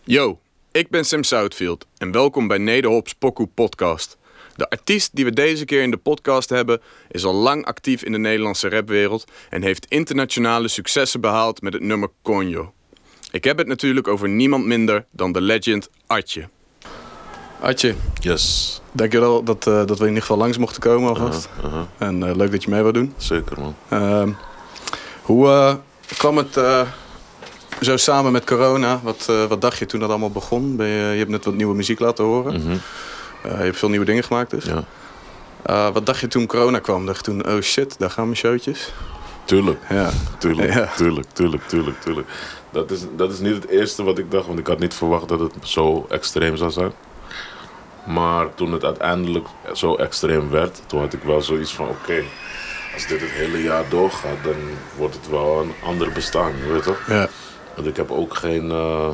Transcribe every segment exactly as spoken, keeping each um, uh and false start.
Yo, ik ben Sam Southfield en welkom bij Nederhops Pokoe Podcast. De artiest die we deze keer in de podcast hebben is al lang actief in de Nederlandse rapwereld en heeft internationale successen behaald met het nummer Conjo. Ik heb het natuurlijk over niemand minder dan de legend Atje. Atje, Yes. dankjewel dat, uh, dat we in ieder geval langs mochten komen alvast. Uh-huh, uh-huh. En uh, leuk dat je mee wou doen. Zeker, man. Uh, hoe uh, kwam het uh, zo samen met corona? Wat, uh, wat dacht je toen dat allemaal begon? Ben je, je hebt net wat nieuwe muziek laten horen. Mm-hmm. Uh, je hebt veel nieuwe dingen gemaakt dus. Ja. Uh, wat dacht je toen corona kwam? Dacht je toen, oh shit, daar gaan mijn showtjes? Tuurlijk. Ja. Tuurlijk, Ja. tuurlijk, tuurlijk, tuurlijk, tuurlijk. Dat is, dat is niet het eerste wat ik dacht, want ik had niet verwacht dat het zo extreem zou zijn. Maar toen het uiteindelijk zo extreem werd, toen had ik wel zoiets van, oké, okay, als dit het hele jaar doorgaat, dan wordt het wel een ander bestaan, je weet toch? Ja. Want ik heb ook geen uh,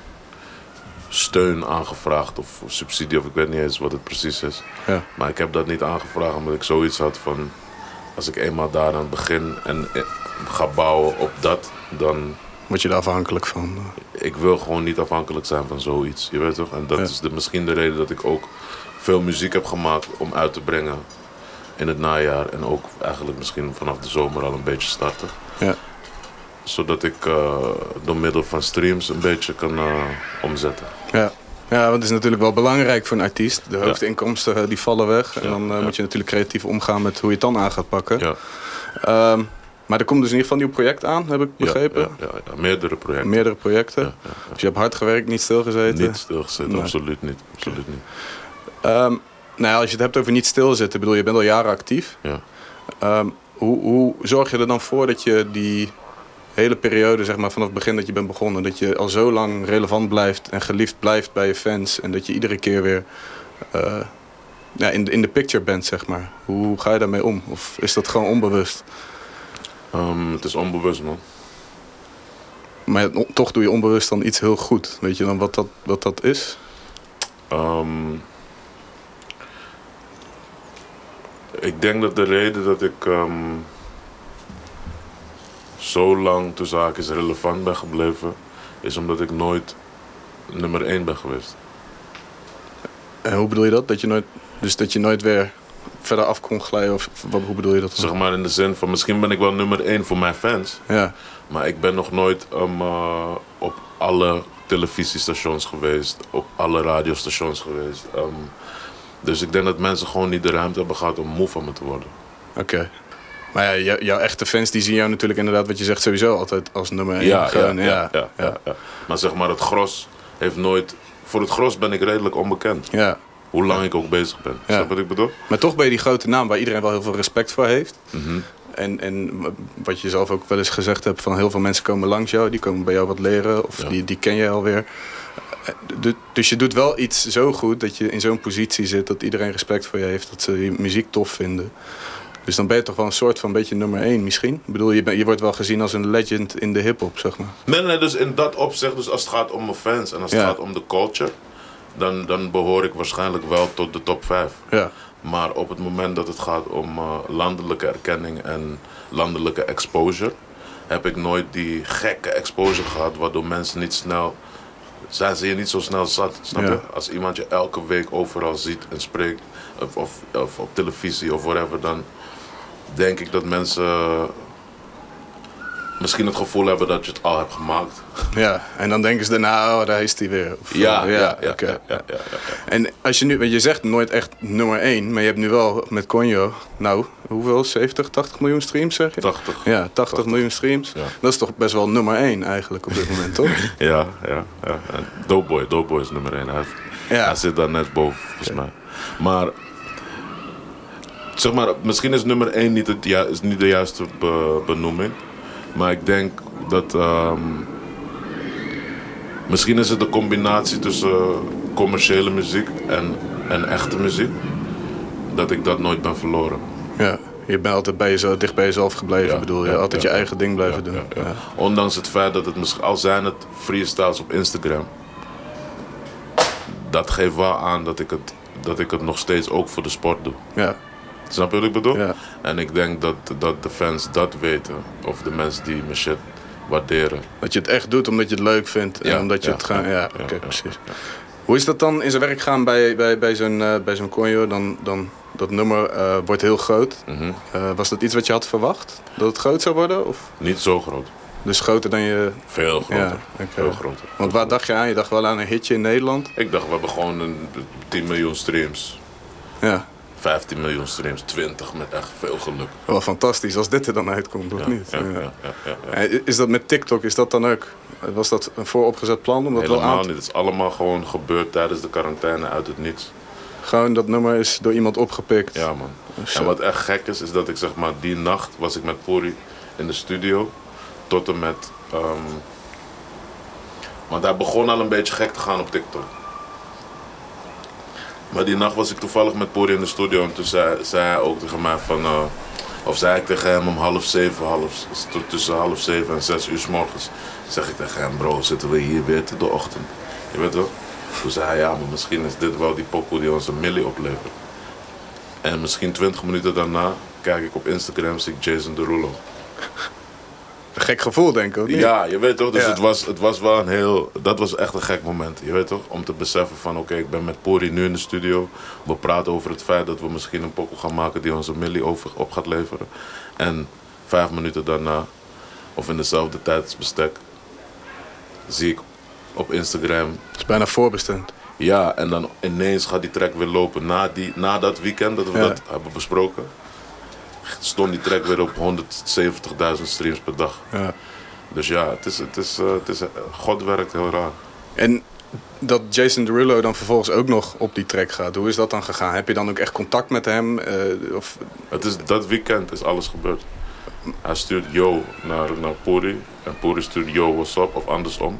steun aangevraagd of, of subsidie, of ik weet niet eens wat het precies is. Ja. Maar ik heb dat niet aangevraagd omdat ik zoiets had van, als ik eenmaal daaraan begin en ga bouwen op dat, dan... Word je er afhankelijk van? Ik wil gewoon niet afhankelijk zijn van zoiets, je weet toch? En dat Ja. is de, misschien de reden dat ik ook veel muziek heb gemaakt om uit te brengen in het najaar. En ook eigenlijk misschien vanaf de zomer al een beetje starten. Ja. Zodat ik uh, door middel van streams een beetje kan uh, omzetten. Ja. Ja, want het is natuurlijk wel belangrijk voor een artiest. De hoofdinkomsten uh, die vallen weg. En Ja, dan uh, ja. moet je natuurlijk creatief omgaan met hoe je het dan aan gaat pakken. Ja. Um, maar er komt dus in ieder geval een nieuw project aan, heb ik begrepen. Ja, ja, ja, ja. Meerdere projecten. Meerdere projecten. Ja, ja, ja. Dus je hebt hard gewerkt, niet stilgezeten. Niet stilgezeten, Nee. absoluut niet. Absoluut niet. Um, nou ja, als je het hebt over niet stilzitten, bedoel je bent al jaren actief. Ja. Um, hoe, hoe zorg je er dan voor dat je die hele periode, zeg maar vanaf het begin dat je bent begonnen, dat je al zo lang relevant blijft en geliefd blijft bij je fans en dat je iedere keer weer uh, ja, in, de, in de picture bent, zeg maar. Hoe ga je daarmee om? Of is dat gewoon onbewust? Um, het is onbewust, man. Maar ja, toch doe je onbewust dan iets heel goed. Weet je dan wat dat, wat dat is? Um, ik denk dat de reden dat ik um, zo lang tussen haakjes relevant ben gebleven, is omdat ik nooit nummer één ben geweest. En hoe bedoel je dat? Dat je nooit, dus dat je nooit weer verder af kon glijden? Of wat, hoe bedoel je dat? Zeg maar in de zin van, misschien ben ik wel nummer één voor mijn fans, Ja. maar ik ben nog nooit um, uh, op alle televisiestations geweest, op alle radiostations geweest. Um, dus ik denk dat mensen gewoon niet de ruimte hebben gehad om moe van me te worden. Oké. Okay. Maar ja, jou, jouw echte fans die zien jou natuurlijk inderdaad, wat je zegt, sowieso altijd als nummer één. Ja, Gewoon, ja, ja, ja, ja, ja. Maar zeg maar, het gros heeft nooit... Voor het gros ben ik redelijk onbekend. Ja. Hoe lang ik ook bezig ben. Ja. Snap wat ik bedoel? Maar toch ben je die grote naam waar iedereen wel heel veel respect voor heeft. Mm-hmm. En, en wat je zelf ook wel eens gezegd hebt, van heel veel mensen komen langs jou, die komen bij jou wat leren, of Ja. die, die ken je alweer. Dus je doet wel iets zo goed dat je in zo'n positie zit dat iedereen respect voor je heeft, dat ze je muziek tof vinden. Dus dan ben je toch wel een soort van beetje nummer één misschien? Ik bedoel, je, ben, je wordt wel gezien als een legend in de hiphop, zeg maar. Nee, nee, dus in dat opzicht, dus als het gaat om mijn fans en als het Ja. gaat om de culture, dan, dan behoor ik waarschijnlijk wel tot de top vijf. Ja. Maar op het moment dat het gaat om uh, landelijke erkenning en landelijke exposure, heb ik nooit die gekke exposure gehad, waardoor mensen niet snel, zijn ze je niet zo snel zat, snap je? Ja. Als iemand je elke week overal ziet en spreekt, of, of, of op televisie of whatever, dan denk ik dat mensen uh, misschien het gevoel hebben dat je het al hebt gemaakt. Ja, en dan denken ze daarna, oh, daar is hij weer. Of, Ja, uh, ja, ja, ja, oké. ja, ja, ja, ja. En als je nu, want je zegt nooit echt nummer één, maar je hebt nu wel met Conjo, nou, hoeveel? zeventig, tachtig miljoen streams zeg je? tachtig. Ja, tachtig, tachtig miljoen streams. Ja. Dat is toch best wel nummer één eigenlijk op dit moment, toch? Ja, ja, ja. En Doughboy, Doughboy is nummer één. Hij, heeft- Ja. hij zit daar net boven, volgens mij. Maar, zeg maar, misschien is nummer één niet, het ju- is niet de juiste be- benoeming. Maar ik denk dat, um, misschien is het de combinatie tussen commerciële muziek en, en echte muziek. Dat ik dat nooit ben verloren. Ja, je bent altijd bij jezelf, dicht bij jezelf gebleven, Ja, bedoel je? ja, Altijd ja, je eigen ding blijven Ja, doen. ja, ja. Ja. Ondanks het feit dat het misschien, al zijn het freestyles op Instagram, dat geeft wel aan dat ik het, dat ik het nog steeds ook voor de sport doe. Ja. Snap je wat ik bedoel? Ja. En ik denk dat, dat de fans dat weten, of de mensen die mijn shit waarderen. Dat je het echt doet omdat je het leuk vindt. En Ja, omdat je ja, het gaat... Ja, ja, oké, ja, ja, precies. ja. Hoe is dat dan in zijn werk gaan bij, bij, bij zo'n uh, bij zo'n Conjo? Dan, dan, dat nummer uh, wordt heel groot. Mm-hmm. Uh, was dat iets wat je had verwacht? Dat het groot zou worden? Of? Niet zo groot. Dus groter dan je... Veel groter. Ja, okay. Veel groter. Want waar dacht je aan? Je dacht wel aan een hitje in Nederland? Ik dacht, we hebben gewoon een tien miljoen streams. Ja. vijftien miljoen streams, twintig met echt veel geluk. Wel fantastisch als dit er dan uitkomt, of Ja, niet? ja, Ja. ja, ja, ja, ja. Is dat met TikTok, is dat dan ook... Was dat een vooropgezet plan om dat Helemaal wel aan te... niet. Het is allemaal gewoon gebeurd tijdens de quarantaine uit het niets. Gewoon dat nummer is door iemand opgepikt? Ja, man. Zo. En wat echt gek is, is dat ik zeg maar die nacht was ik met Puri in de studio. Tot en met... Um, want hij begon al een beetje gek te gaan op TikTok. Maar die nacht was ik toevallig met Puri in de studio en toen zei, zei hij ook tegen mij van... Uh, of zei ik tegen hem om half zeven, half, tussen half zeven en zes uur 's morgens. Zeg ik tegen hem, bro, zitten we hier weer tot de ochtend? Je weet wel? Toen zei hij, ja, maar misschien is dit wel die pokoe die ons een milli oplevert. En misschien twintig minuten daarna kijk ik op Instagram, zie ik Jason Derulo. Een gek gevoel, denk ik, of niet? Ja, je weet toch, dus Ja. het, was, het was wel een heel... Dat was echt een gek moment, je weet toch? Om te beseffen van, oké, okay, ik ben met Puri nu in de studio. We praten over het feit dat we misschien een pokoe gaan maken die ons een milli over, op gaat leveren. En vijf minuten daarna, of in dezelfde tijdsbestek, zie ik op Instagram... Het is bijna voorbestemd. Ja, en dan ineens gaat die track weer lopen. Na, die, na dat weekend dat we Ja. dat hebben besproken, stond die track weer op honderdzeventigduizend streams per dag. Ja. Dus ja, het is, het is, uh, het is, uh, God werkt heel raar. En dat Jason Derulo dan vervolgens ook nog op die track gaat, hoe is dat dan gegaan? Heb je dan ook echt contact met hem? Uh, of... Het is, dat weekend is alles gebeurd. Hij stuurt Yo naar, naar Puri en Puri stuurt Yo what's up of andersom.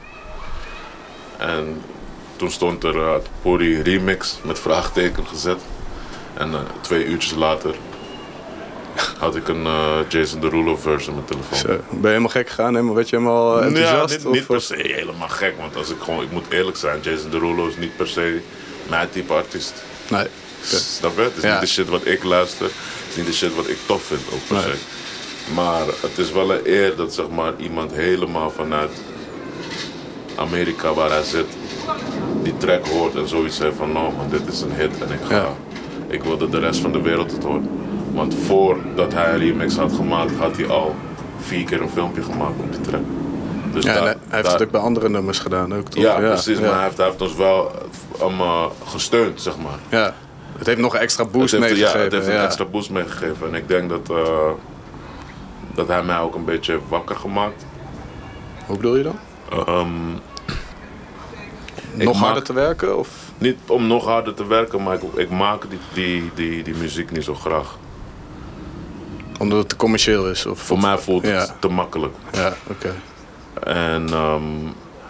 En toen stond er uh, Puri remix met vraagteken gezet. En uh, twee uurtjes later had ik een uh, Jason Derulo versie op mijn telefoon. Zo, ben je helemaal gek gegaan? Helemaal, werd je helemaal uh, enthousiast? Ja, niet, of, niet per se helemaal gek, want als ik gewoon, ik moet eerlijk zijn, Jason Derulo is niet per se mijn type artiest. Nee. Okay. Snap je? Het is Ja. niet de shit wat ik luister, het is niet de shit wat ik tof vind ook per Nee. se. Maar het is wel een eer dat zeg maar iemand helemaal vanuit Amerika waar hij zit, die track hoort en zoiets heeft van nou man, dit is een hit en ik ga, Ja. ik wil dat de rest van de wereld het hoort. Want voordat hij een remix had gemaakt, had hij al vier keer een filmpje gemaakt op die track. Dus Ja, en daar- hij heeft daar- het ook bij andere nummers gedaan ook, toch? ja, precies, ja. maar hij heeft, hij heeft ons wel allemaal gesteund, zeg maar. Ja, het heeft nog een extra boost het heeft, meegegeven. Ja, het heeft ja. een extra boost meegegeven. En ik denk dat, uh, dat hij mij ook een beetje wakker gemaakt. Hoe bedoel je dan? Um, Nog maak- harder te werken? Of? niet om nog harder te werken, maar ik, ik maak die, die, die, die muziek niet zo graag. Omdat het te commercieel is? Of, Voor mij voelt het Ja, te makkelijk. ja oké. En, um,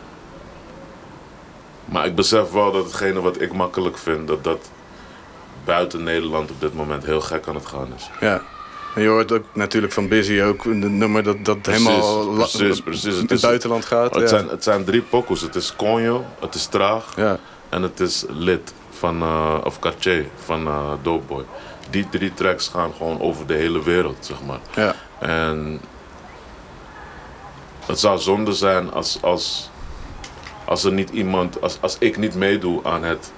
maar ik besef wel dat hetgene wat ik makkelijk vind, dat dat buiten Nederland op dit moment heel gek aan het gaan is. Ja. En je hoort ook natuurlijk van Busy ook een nummer dat, dat Precies, helemaal la- precies, precies. in Het het is- buitenland gaat. Het, ja. zijn, het zijn drie pokoes. Het is Conjo, het is Traag Ja. en het is Lit van, uh, of Cartier van uh, Dopeboy. Die drie tracks gaan gewoon over de hele wereld, zeg maar. Ja. En het zou zonde zijn als, als, als er niet iemand, als, als ik niet meedoe aan het,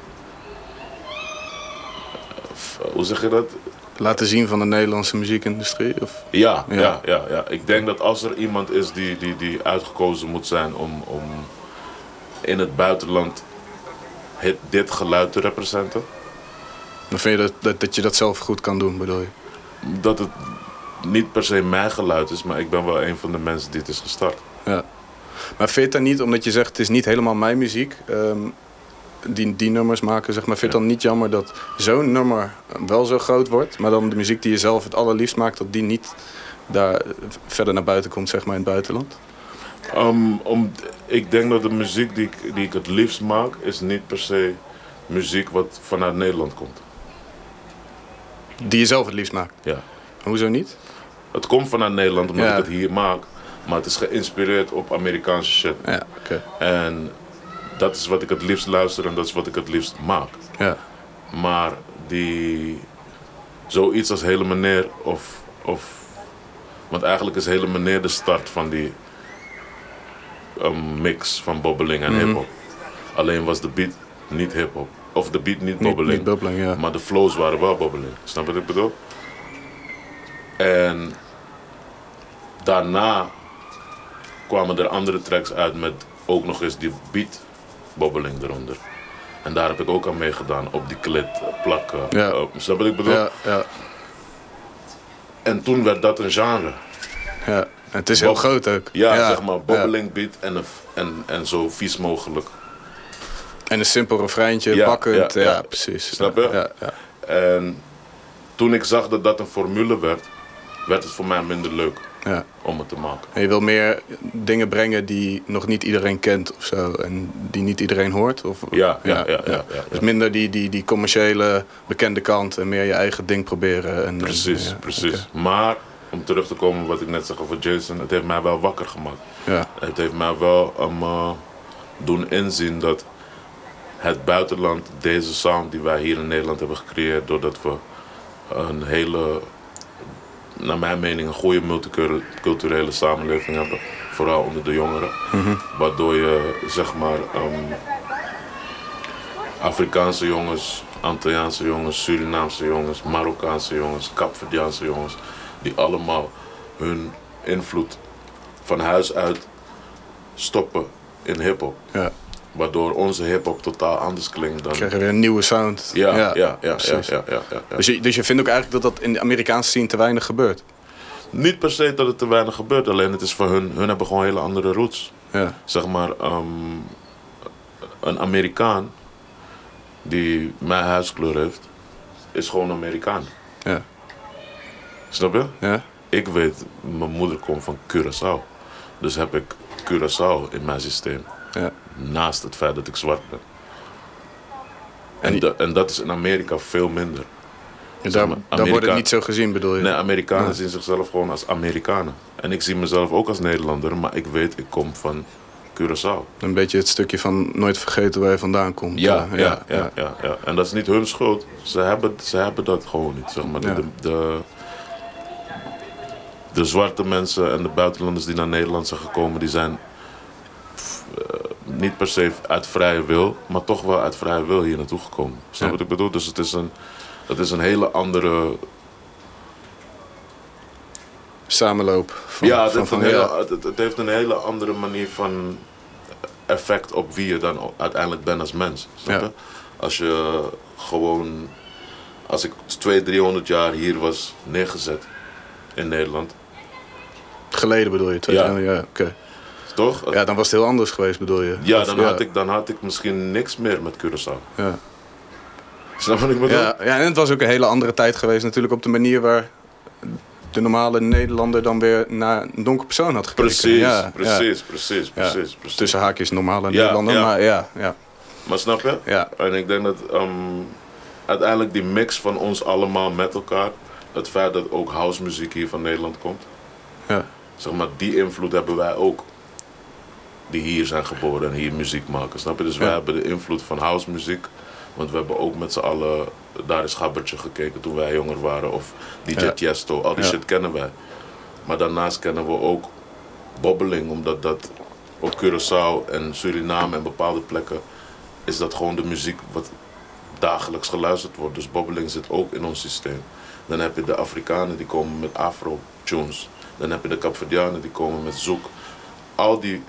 uh, hoe zeg je dat? Laten zien van de Nederlandse muziekindustrie? Of? Ja, Ja. ja. Ja, ja, Ik denk dat als er iemand is die, die, die uitgekozen moet zijn om, om in het buitenland het, dit geluid te representeren, Dan vind je dat, dat, dat je dat zelf goed kan doen, bedoel je? dat het niet per se mijn geluid is, maar ik ben wel een van de mensen die het is gestart. Ja. Maar vind je het dan niet, omdat je zegt het is niet helemaal mijn muziek, ehm, die, die nummers maken, zeg maar, vind je het dan niet jammer dat zo'n nummer wel zo groot wordt, maar dan de muziek die je zelf het allerliefst maakt, dat die niet daar verder naar buiten komt, zeg maar, in het buitenland? Um, om, ik denk dat de muziek die ik, die ik het liefst maak, is niet per se muziek wat vanuit Nederland komt. Die je zelf het liefst maakt? Ja. Hoezo niet? Het komt vanuit Nederland omdat Ja. ik het hier maak, maar het is geïnspireerd op Amerikaanse shit. Ja, oké. En dat is wat ik het liefst luister en dat is wat ik het liefst maak. Ja. Maar die, zoiets als Hele Meneer of, of, want eigenlijk is Hele Meneer de start van die, een mix van bobbeling en Mhm. hip-hop. Alleen was de beat niet hip-hop. Of de beat niet Niet, bobbeling. niet bobbeling, ja. Maar de flows waren wel bobbeling. Snap je wat ik bedoel? En daarna kwamen er andere tracks uit met ook nog eens die beat bobbeling eronder. En daar heb ik ook aan meegedaan op die klit plakken. Ja. Uh, snap je wat ik bedoel? Ja, ja, En toen werd dat een genre. ja. En het is heel Bob- groot ook. Ja, zeg maar, ja. bobbeling beat en, een, en, en zo vies mogelijk. En een simpel refreintje, Ja, pakkend. Ja, ja, ja. precies. Snap je? Ja, ja. En toen ik zag dat dat een formule werd, werd het voor mij minder leuk ja. om het te maken. En je wil meer dingen brengen die nog niet iedereen kent of zo. En die niet iedereen hoort. Of, Ja, ja, ja, ja, ja, ja. Dus minder die, die, die commerciële bekende kant en meer je eigen ding proberen. En, Precies, en, ja, precies. oké. Maar om terug te komen wat ik net zeg over Jason, het heeft mij wel wakker gemaakt. Ja, Het heeft mij wel um, uh, doen inzien dat het buitenland deze sound die wij hier in Nederland hebben gecreëerd, doordat we een hele, naar mijn mening, een goede multiculturele samenleving hebben, vooral onder de jongeren, Mhm. waardoor je zeg maar um, Afrikaanse jongens, Antilliaanse jongens, Surinaamse jongens, Marokkaanse jongens, Kaapverdiaanse jongens, die allemaal hun invloed van huis uit stoppen in hip-hop. ja. Waardoor onze hip-hop totaal anders klinkt dan. Dan krijg je weer een nieuwe sound. Ja, ja, ja, ja, precies. ja, ja, ja, ja. Dus, je, dus je vindt ook eigenlijk dat dat in de Amerikaanse scene te weinig gebeurt. Niet per se dat het te weinig gebeurt, alleen het is voor hun, hun hebben gewoon hele andere roots. Ja, Zeg maar, um, een Amerikaan die mijn huidskleur heeft, is gewoon Amerikaan. ja, Snap je? ja. Ik weet, mijn moeder komt van Curaçao. Dus heb ik Curaçao in mijn systeem. ja. Naast het feit dat ik zwart ben. En, En- da- en dat is in Amerika veel minder. En Zeg daar, maar, daar wordt het Amerika- niet zo gezien, bedoel je? Nee, Amerikanen Ja. zien zichzelf gewoon als Amerikanen. En ik zie mezelf ook als Nederlander, maar ik weet, ik kom van Curaçao. Een beetje het stukje van nooit vergeten waar je vandaan komt. Ja, Eh, ja, ja, ja, ja. En dat is niet hun schuld. Ze hebben, ze hebben dat gewoon niet. Zeg maar. de, Ja. de, de, de zwarte mensen en de buitenlanders die naar Nederland zijn gekomen, die zijn f- eh, niet per se uit vrije wil, maar toch wel uit vrije wil hier naartoe gekomen. Snap je Ja. wat ik bedoel? Dus het is een, het is een hele andere. Samenloop. Van, Ja, het van, heeft, van, een hele, ja. het, het heeft een hele andere manier van effect op wie je dan uiteindelijk bent als mens. Snap je? Ja. Als je gewoon, als ik tweehonderd, driehonderd jaar hier was neergezet in Nederland, Geleden bedoel je? Twee, Ja. ja, ja, oké. toch? Ja, dan was het heel anders geweest, bedoel je? Ja, Of- dan, Had ik, dan had ik misschien niks meer met Curaçao. Ja. Snap je wat ik bedoel? Ja, ja, en het was ook een hele andere tijd geweest natuurlijk op de manier waar de normale Nederlander dan weer naar een donker persoon had gekeken. Precies, ja, precies, ja. precies, Ja. precies, precies. Tussen haakjes normale Ja, Nederlander, ja. maar ja, ja, Maar snap je? ja. En ik denk dat ehm, uiteindelijk die mix van ons allemaal met elkaar, het feit dat ook housemuziek hier van Nederland komt, ja. zeg maar, die invloed hebben wij ook. Die hier zijn geboren en hier muziek maken, snap je? Dus wij Ja. hebben de invloed van housemuziek, want we hebben ook met z'n allen Daar is Gabbertje gekeken toen wij jonger waren, of D J Ja. Tiesto, al die Ja. shit kennen wij. Maar daarnaast kennen we ook bobbeling, omdat dat op Curaçao en Suriname en bepaalde plekken is dat gewoon de muziek wat dagelijks geluisterd wordt. Dus bobbeling zit ook in ons systeem. Dan heb je de Afrikanen die komen met afro-tunes. Dan heb je de Kaapverdianen die komen met zoek. Al die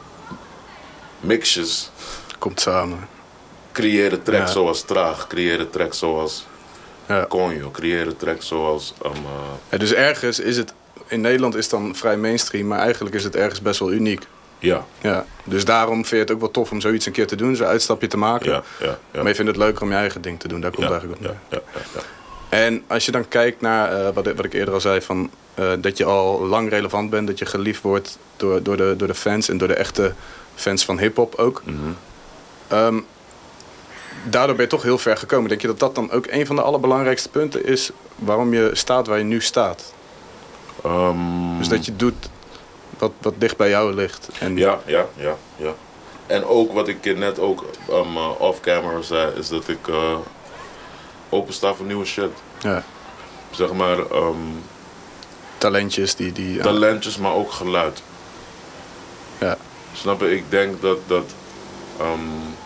mixjes Komt samen. creëren tracks Ja. zoals Traag, creëren tracks zoals Ja. Conjo, creëren tracks zoals... Um, uh, Ja, dus ergens is het, in Nederland is het dan vrij mainstream, maar eigenlijk is het ergens best wel uniek. ja, Ja. Dus daarom vind je het ook wel tof om zoiets een keer te doen, zo'n uitstapje te maken. ja, ja. ja. Maar je vindt het leuker om je eigen ding te doen, daar komt ja, het eigenlijk op ja, neer. ja, ja, ja. En als je dan kijkt naar eh, wat, ik- wat ik eerder al zei, van, eh, dat je al lang relevant bent, dat je geliefd wordt door, door, de, door de fans en door de echte fans van hip-hop ook. Mhm. Ehm, daardoor ben je toch heel ver gekomen. Denk je dat dat dan ook een van de allerbelangrijkste punten is waarom je staat waar je nu staat? Um, Dus dat je doet wat, wat dicht bij jou ligt. En, Ja, ja, ja, ja. En ook wat ik je net ook um, uh, off-camera zei, is dat ik uh, opensta voor nieuwe shit. ja, Zeg maar um, talentjes die... die ja. talentjes, maar ook geluid. Ja. Snap je? Ik denk dat, dat um,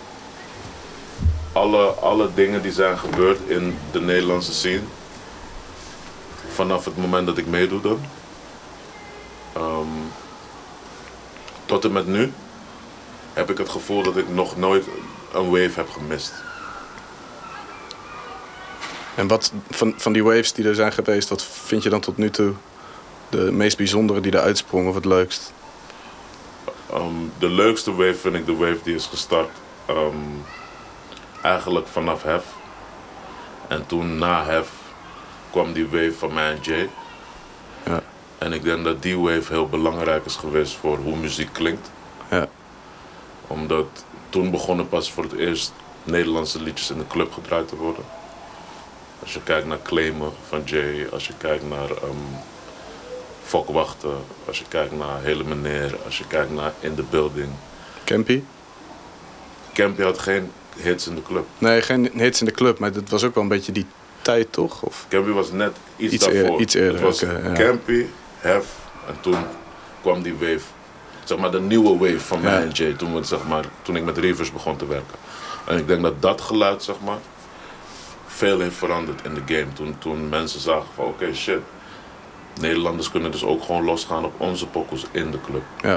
alle, alle dingen die zijn gebeurd in de Nederlandse scene, vanaf het moment dat ik meedoe dan, um, tot en met nu, heb ik het gevoel dat ik nog nooit een wave heb gemist. En wat van, van die waves die er zijn geweest, wat vind je dan tot nu toe de meest bijzondere die er uitsprongen of het leukst? Um, de leukste wave vind ik de wave die is gestart um, eigenlijk vanaf Hef. En toen na Hef kwam die wave van mij en Jay. Ja. En ik denk dat die wave heel belangrijk is geweest voor hoe muziek klinkt. Ja. Omdat toen begonnen pas voor het eerst Nederlandse liedjes in de club gedraaid te worden. Als je kijkt naar Claimen van Jay, als je kijkt naar um, Fokwachten, als je kijkt naar Hele Meneer, als je kijkt naar In The Building. Campy? Campy had geen hits in de club. Nee, geen hits in de club, maar het was ook wel een beetje die tijd, toch? Of? Campy was net iets, iets daarvoor. Eer, iets eerder. Het was okay, ja. Campy, Hef en toen kwam die wave. Zeg maar de nieuwe wave van mij ja. en Jay, toen, we, zeg maar, toen ik met Reavers begon te werken. En ik denk dat dat geluid, zeg maar, veel heeft veranderd in de game. Toen, toen mensen zagen van oké, okay, shit. Nederlanders kunnen dus ook gewoon losgaan op onze pokkels in de club. Ja.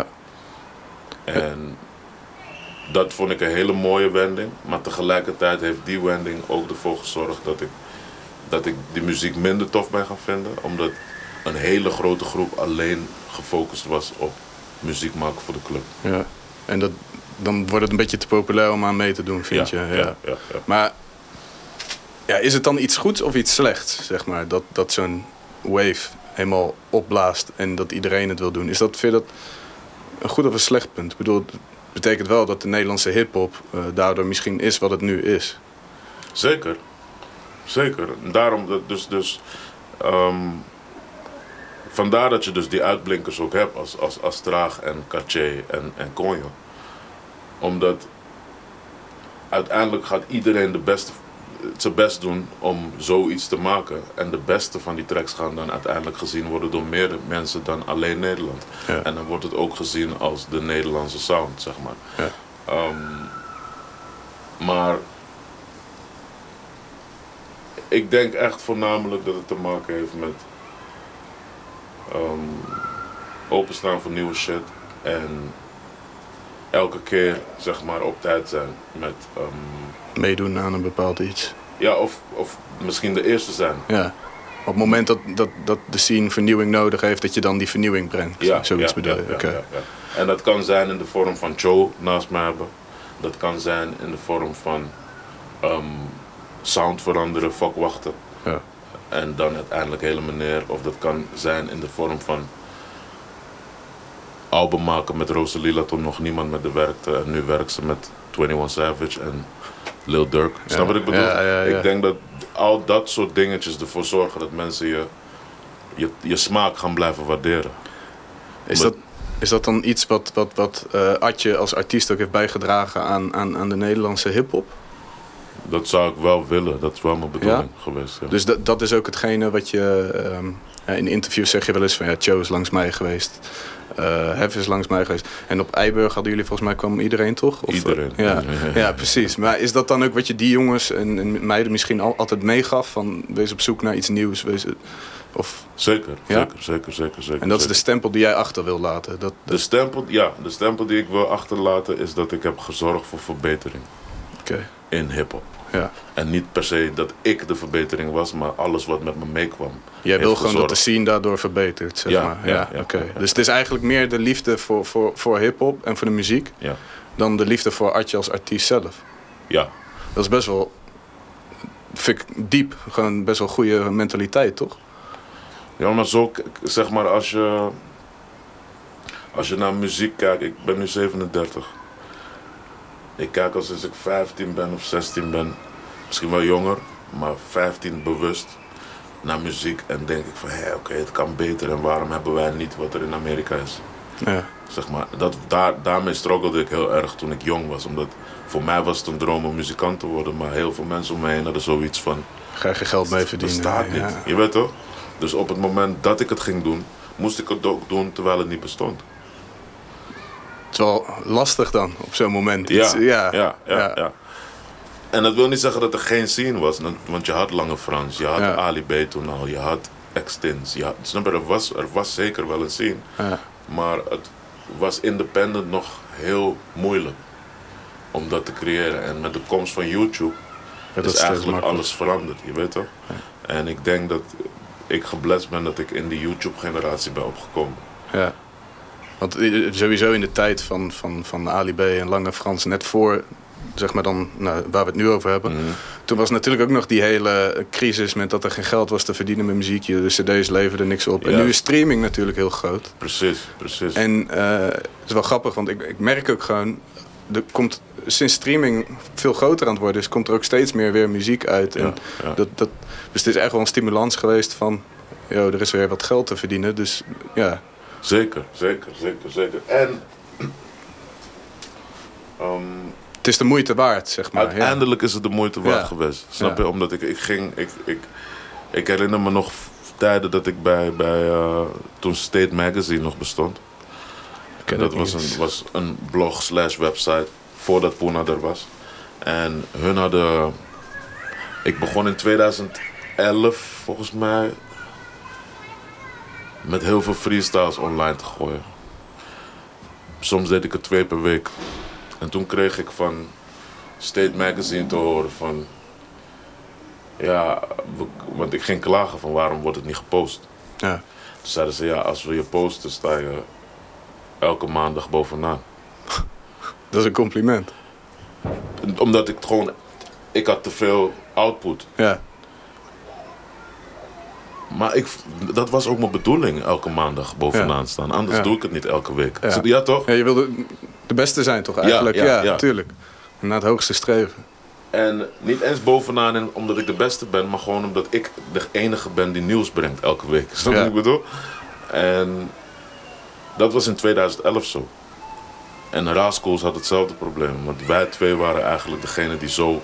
En dat vond ik een hele mooie wending. Maar tegelijkertijd heeft die wending ook ervoor gezorgd dat ik, dat ik die muziek minder tof ben gaan vinden. Omdat een hele grote groep alleen gefocust was op muziek maken voor de club. Ja. En dat, dan wordt het een beetje te populair om aan mee te doen, vind ja, je? Ja, ja, ja. Maar ja, is het dan iets goeds of iets slechts, zeg maar? Dat, dat zo'n wave helemaal opblaast en dat iedereen het wil doen. Is dat, vind je dat een goed of een slecht punt? Ik bedoel, het betekent wel dat de Nederlandse hiphop uh, daardoor misschien is wat het nu is. Zeker. Zeker. Daarom, dat dus, dus um, vandaar dat je dus die uitblinkers ook hebt als, als, als Traag en Cartier en, en Konjo. Omdat uiteindelijk gaat iedereen de beste, zijn best doen om zoiets te maken. En de beste van die tracks gaan dan uiteindelijk gezien worden door meer mensen dan alleen Nederland. Ja. En dan wordt het ook gezien als de Nederlandse sound, zeg maar. Ja. Um, maar ik denk echt voornamelijk dat het te maken heeft met um, openstaan voor nieuwe shit. En elke keer, zeg maar, op tijd zijn met Um, meedoen aan een bepaald iets. Ja, of, of misschien de eerste zijn. Ja. Op het moment dat, dat, dat de scene vernieuwing nodig heeft, dat je dan die vernieuwing brengt. Ja, Zoiets ja, bedoel je. ja, ja, Okay. ja, ja. En dat kan zijn in de vorm van Cho naast me hebben. Dat kan zijn in de vorm van um, sound veranderen, vakwachten. Ja. En dan uiteindelijk Hele Meneer. Of dat kan zijn in de vorm van album maken met Rosalila toen nog niemand met de werkte. En nu werkt ze met eenentwintig Savage en Lil Durk. Snap je wat ik bedoel? Ja, ja, ja. Ik denk dat al dat soort dingetjes ervoor zorgen dat mensen je, je, je smaak gaan blijven waarderen. Is dat, is dat dan iets wat, wat, wat uh, Atje als artiest ook heeft bijgedragen aan, aan, aan de Nederlandse hiphop? Dat zou ik wel willen. Dat is wel mijn bedoeling ja? geweest. Ja. Dus dat, dat is ook hetgene wat je um, in interviews zeg je wel eens van ja, Cho is langs mij geweest. Uh, Hef is langs mij geweest. En op Eiburg hadden jullie volgens mij kwam iedereen toch? Of, iedereen. Ja, ja, ja, precies. Maar is dat dan ook wat je die jongens en, en meiden misschien al, altijd meegaf? Van wees op zoek naar iets nieuws. Wees, of... Zeker, ja? zeker, zeker, zeker, zeker. En dat zeker. is de stempel die jij achter wil laten? Dat, dat... De stempel, ja, de stempel die ik wil achterlaten is dat ik heb gezorgd voor verbetering. Okay. In hiphop. Ja. En niet per se dat ik de verbetering was, maar alles wat met me meekwam. Jij wil gewoon gezorgd. dat de scene daardoor verbetert, zeg ja, maar. Ja, ja, ja, okay. ja, ja. Dus het is eigenlijk meer de liefde voor, voor, voor hiphop en voor de muziek ja. dan de liefde voor Atje als artiest zelf. Ja. Dat is best wel, vind ik diep, gewoon best wel goede mentaliteit, toch? Ja, maar zo, zeg maar, als je, als je naar muziek kijkt, ik ben nu zevenendertig. Ik kijk al sinds ik vijftien ben of zestien ben, misschien wel jonger, maar vijftien bewust naar muziek en denk ik van, hé, oké, okay, het kan beter en waarom hebben wij niet wat er in Amerika is? Ja. Zeg maar, dat, daar, daarmee struggelde ik heel erg toen ik jong was, omdat voor mij was het een droom om muzikant te worden, maar heel veel mensen om me heen hadden zoiets van, ga je geen geld mee verdienen? Dat bestaat niet, ja. Je weet toch? Dus op het moment dat ik het ging doen, moest ik het ook doen terwijl het niet bestond. is wel lastig dan, op zo'n moment. Ja, Iets, ja, ja, ja, ja. ja. En dat wil niet zeggen dat er geen scene was. Want je had Lange Frans, je had Ja. Ali B toen al, je had Extins. Je had, snap je, er was, er was zeker wel een scene. Ja. Maar het was independent nog heel moeilijk om dat te creëren. En met de komst van YouTube Ja, dat is is eigenlijk makkelijk. alles veranderd, je weet toch? Ja. En ik denk dat ik geblest ben dat ik in die YouTube-generatie ben opgekomen. Ja. Want eh, sowieso in de tijd van, van, van Ali B en Lange Frans, net voor, zeg maar dan, nou, waar we het nu over hebben. Mhm. Toen was natuurlijk ook nog die hele crisis met dat er geen geld was te verdienen met muziek. De cd's leverden niks op. Ja. En nu is streaming natuurlijk heel groot. Precies, precies. En eh, het is wel grappig, want ik, ik merk ook gewoon, er komt, sinds streaming veel groter aan het worden is, komt er ook steeds meer weer muziek uit. En Ja, ja. Dat, dat, dus het is echt wel een stimulans geweest van, yo, er is weer wat geld te verdienen. Dus ja, Zeker, zeker, zeker, zeker. En ehm, het is de moeite waard, zeg maar. Ja. uiteindelijk is het de moeite waard Ja. geweest. Snap Ja. je? Omdat ik, ik ging, ik, ik, ik herinner me nog tijden dat ik bij, bij uh, toen State Magazine nog bestond. Ken Dat ik was niet eens. een, was een blog slash website voordat Puna er was. En hun hadden, ik begon in tweeduizend elf volgens mij met heel veel freestyles online te gooien. Soms deed ik er twee per week. En toen kreeg ik van State Magazine te horen van, ja, we- want ik ging klagen van waarom wordt het niet gepost. Ja. Toen zeiden ze, ja, als we je posten sta je elke maandag bovenaan. Dat is een compliment. Omdat ik het gewoon, ik had te veel output. Ja, Maar ik, dat was ook mijn bedoeling, elke maandag bovenaan Ja. staan. Anders Ja. doe ik het niet elke week. Ja. Ja, ja toch? ja je wilde de beste zijn toch eigenlijk? ja, Ja, ja. natuurlijk. Naar het hoogste streven. En niet eens bovenaan en omdat ik de beste ben, maar gewoon omdat ik de enige ben die nieuws brengt elke week. Snap je Ja. wat ik bedoel? En dat was in tweeduizend elf zo. En Raskools had hetzelfde probleem. Want wij twee waren eigenlijk degene die zo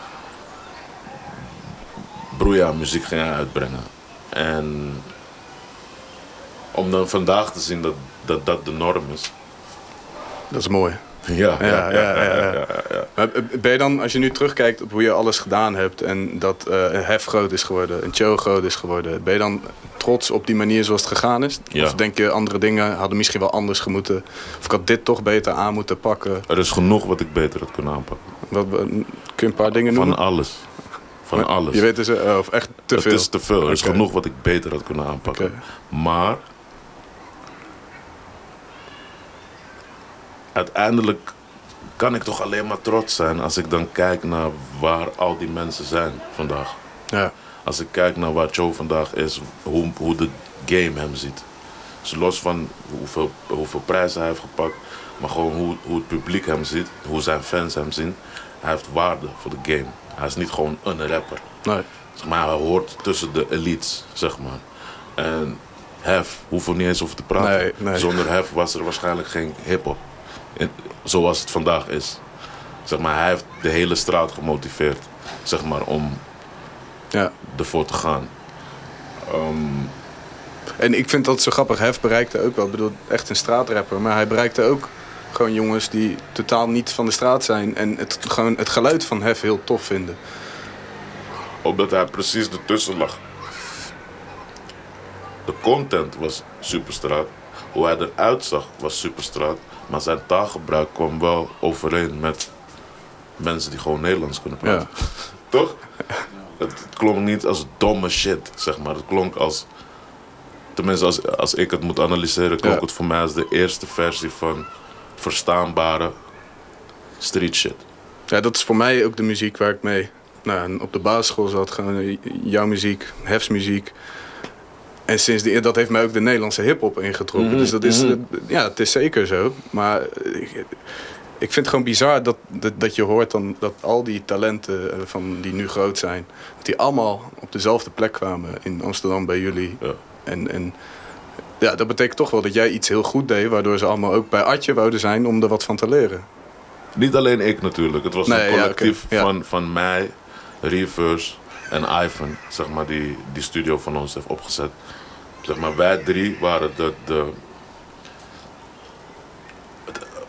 broeia muziek gingen uitbrengen. En om dan vandaag te zien dat dat, dat de norm is. Dat is mooi. Ja, ja, ja. ja, ja, ja. ja, ja, ja. Maar ben je dan, als je nu terugkijkt op hoe je alles gedaan hebt en dat eh Hef groot is geworden, een Cho groot is geworden, ben je dan trots op die manier zoals het gegaan is? Ja. Of denk je andere dingen hadden misschien wel anders gemoeten? Of ik had dit toch beter aan moeten pakken? Er is genoeg wat ik beter had kunnen aanpakken. Wat, wat- kun je een paar dingen noemen? Van alles. Van Maar alles. Je weet dus, eh, of echt te het veel? is te veel. Er is Oké. genoeg wat ik beter had kunnen aanpakken. Oké. Maar uiteindelijk kan ik toch alleen maar trots zijn als ik dan kijk naar waar al die mensen zijn vandaag. Ja, Als ik kijk naar waar Cho vandaag is, hoe, hoe de game hem ziet. Dus los van hoeveel, hoeveel prijzen hij heeft gepakt, maar gewoon hoe, hoe het publiek hem ziet, hoe zijn fans hem zien. Hij heeft waarde voor de game. Hij is niet gewoon een rapper. nee. Zeg maar hij hoort tussen de elites, zeg maar. En Hef, hoeven we niet eens over te praten. Nee, nee. Zonder Hef was er waarschijnlijk geen hip-hop. In- Zoals het vandaag is. Zeg maar, hij heeft de hele straat gemotiveerd, zeg maar, om Ja. ervoor te gaan. Ehm, En ik vind dat zo grappig. Hef bereikte ook wel, ik bedoel, echt een straatrapper. Maar hij bereikte ook gewoon jongens die totaal niet van de straat zijn. En het, gewoon het geluid van Hef heel tof vinden. omdat hij precies ertussen lag. De content was superstraat. Hoe hij eruit zag was superstraat. Maar zijn taalgebruik kwam wel overeen met mensen die gewoon Nederlands kunnen praten. Ja. Toch? Het, het klonk niet als domme shit, zeg maar. Het klonk als... Tenminste, als, als ik het moet analyseren, klonk Ja. het voor mij als de eerste versie van verstaanbare street shit. Ja, dat is voor mij ook de muziek waar ik mee nou, op de basisschool zat. Gewoon eh, jouw muziek, Hef's muziek. En sinds die, dat heeft mij ook de Nederlandse hiphop ingetrokken. Mhm, Dus dat is, mhm. eh, ja, het is zeker zo. Maar eh, ik, ik vind het gewoon bizar dat, dat, dat je hoort dan, dat al die talenten eh, van, die nu groot zijn, dat die allemaal op dezelfde plek kwamen in Amsterdam bij jullie. Ja. En, en ja, dat betekent toch wel dat jij iets heel goed deed, waardoor ze allemaal ook bij Atje wouden zijn om er wat van te leren. Niet alleen ik natuurlijk. Het was Nee, een ja, collectief oké, ja. van, van mij, Reverse en Ivan, zeg maar, die die studio van ons heeft opgezet. Zeg maar, wij drie waren de, de, het-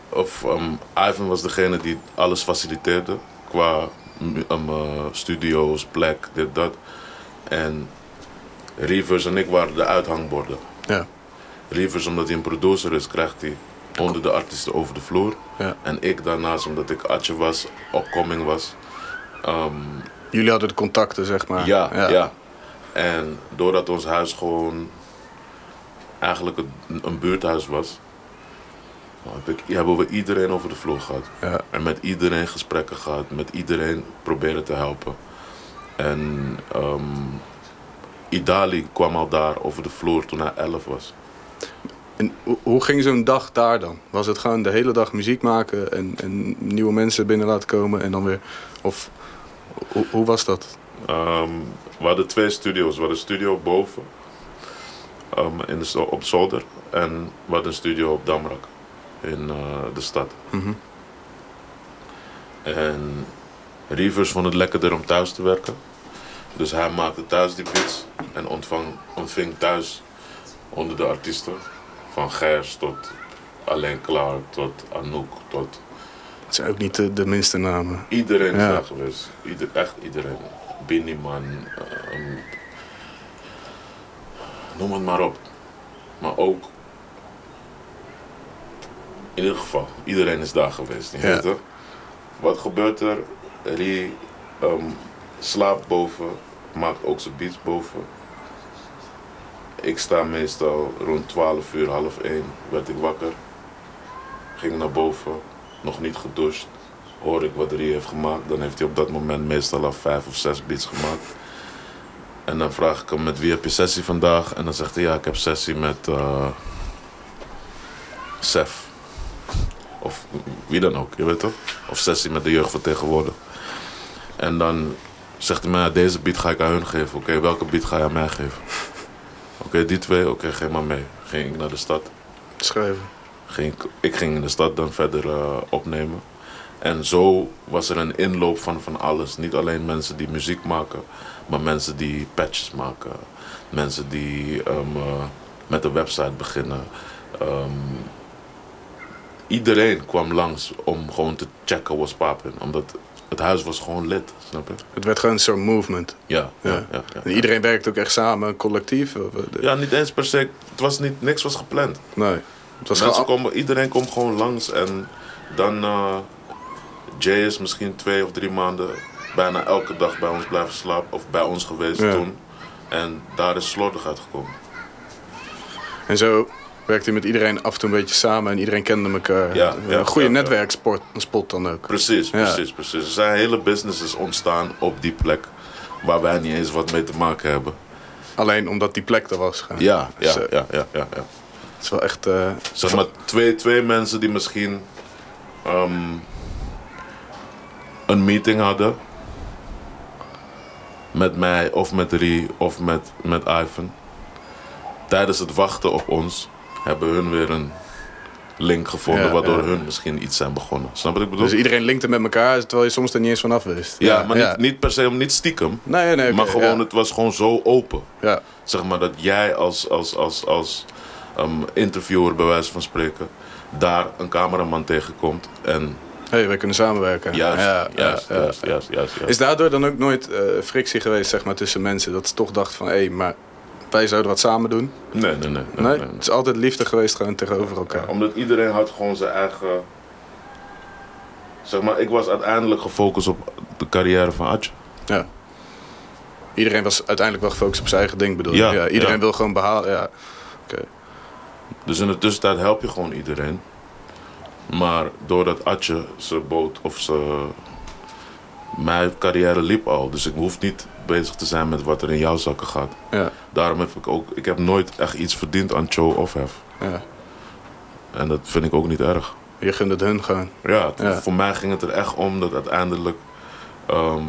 of um, Ivan was degene die alles faciliteerde. Qua um, uh, studio's, plek, dit, dat. En Reavers en ik waren de uithangborden. Ja. Reavers, omdat hij een producer is, krijgt hij honderden artiesten over de vloer. Ja. En ik daarnaast, omdat ik Atje was, opkoming was. Um, Jullie hadden de contacten, zeg maar. ja, ja, ja. En doordat ons huis gewoon eigenlijk een, een buurthuis was, heb ik, hebben we iedereen over de vloer gehad. Ja. En met iedereen gesprekken gehad, met iedereen proberen te helpen. En um, Idali kwam al daar over de vloer toen hij elf was. En hoe- hoe ging zo'n dag daar dan? Was het gewoon de hele dag muziek maken en, en nieuwe mensen binnen laten komen en dan weer... Of hoe, hoe was dat? Um, we hadden twee studio's. We hadden een studio boven um, in de, zo- op zolder. En we hadden een studio op Damrak in uh, de stad. Mhm. En Reavers vond het lekkerder om thuis te werken. Dus hij maakte thuis die beats en ontvang, ontving thuis onder de artiesten. Van Gers tot Alain Clark tot Anouk tot... Het zijn ook niet de, de minste namen. Iedereen is Ja. daar geweest. Ieder, echt iedereen. Binnieman, um, noem het maar op. Maar ook, in ieder geval, iedereen is daar geweest. Je Ja. weet toch? Wat gebeurt er? Rie um, slaapt boven, maakt ook zijn beats boven. Ik sta meestal rond twaalf uur, half één, werd ik wakker. Ging naar boven, nog niet gedoucht. Hoor ik wat Rie heeft gemaakt, dan heeft hij op dat moment meestal al vijf of zes beats gemaakt. En dan vraag ik hem, met wie heb je sessie vandaag? En dan zegt hij, ja, ik heb sessie met uh, Sef. Of wie dan ook, je weet toch? Of sessie met de jeugd van tegenwoordig. En dan zegt hij mij, ja, deze beat ga ik aan hun geven. Oké, okay, welke beat ga je aan mij geven? Oké, okay, die twee, oké, okay, geef maar mee. Ging ik naar de stad. Schrijven. Ging ik, ik ging in de stad dan verder uh, opnemen. En zo was er een inloop van van alles. Niet alleen mensen die muziek maken, maar mensen die patches maken. Mensen die um, uh, met een website beginnen. Um, iedereen kwam langs om gewoon te checken what's poppin'. Omdat het huis was gewoon lid, snap je? Het werd gewoon een soort movement. Ja, ja, Ja. ja. ja, ja. En iedereen werkte ook echt samen, collectief. Of, eh, de- Ja, niet eens per se. Het was niet, niks was gepland. Nee. Het was Mensen gewoon... komen, iedereen komt gewoon langs en dan uh, Jay is misschien twee of drie maanden bijna elke dag bij ons blijven slapen of bij ons geweest Ja. toen. En daar is slordigheid gekomen. En zo werkte hij met iedereen af en toe een beetje samen en iedereen kende elkaar. Ja, een ja, goede ja, ja. netwerksport spot dan ook. Precies, Ja. precies, precies. Er zijn hele businesses ontstaan op die plek waar wij niet eens wat mee te maken hebben. Alleen omdat die plek er was. gewoon. Ja, ja, Dus, eh, ja, ja, ja, ja. Het is wel echt... eh, Zeg maar twee, twee mensen die misschien um, een meeting hadden met mij of met Rie of met, met Ivan. Tijdens het wachten op ons hebben hun weer een link gevonden Ja, waardoor ja. hun misschien iets zijn begonnen. Snap je wat ik bedoel? Dus iedereen linkte met elkaar, terwijl je soms er niet eens vanaf wist. ja, maar Niet, niet per se om niet stiekem, Nee, nee, oké, maar gewoon ja. het was gewoon zo open. Ja. Zeg maar dat jij als, als, als, als um, interviewer bij wijze van spreken daar een cameraman tegenkomt en Hé, hey, wij kunnen samenwerken. juist, ja, juist, ja, ja. juist, juist, juist, juist. Is daardoor dan ook nooit eh, frictie geweest, zeg maar, tussen mensen? Dat ze toch dachten van, hé, hey, maar wij zouden wat samen doen? Nee, nee, nee. nee, Nee? nee, nee. Het is altijd liefde geweest gewoon tegenover elkaar. Omdat iedereen had gewoon zijn eigen... Zeg maar, ik was uiteindelijk gefocust op de carrière van Atje. Ja. Iedereen was uiteindelijk wel gefocust op zijn eigen ding, bedoel je? Ja, Ja, iedereen ja. wil gewoon behalen, ja. Oké. Dus in de tussentijd help je gewoon iedereen. Maar doordat Atje zijn boot of zijn... Mijn carrière liep al, dus ik hoef niet bezig te zijn met wat er in jouw zakken gaat. Ja, Daarom heb ik ook... Ik heb nooit echt iets verdiend aan show of hef. ja. En dat vind ik ook niet erg. Je gunt het hun gewoon. Ja, het- Ja. voor mij ging het er echt om dat uiteindelijk... ehm,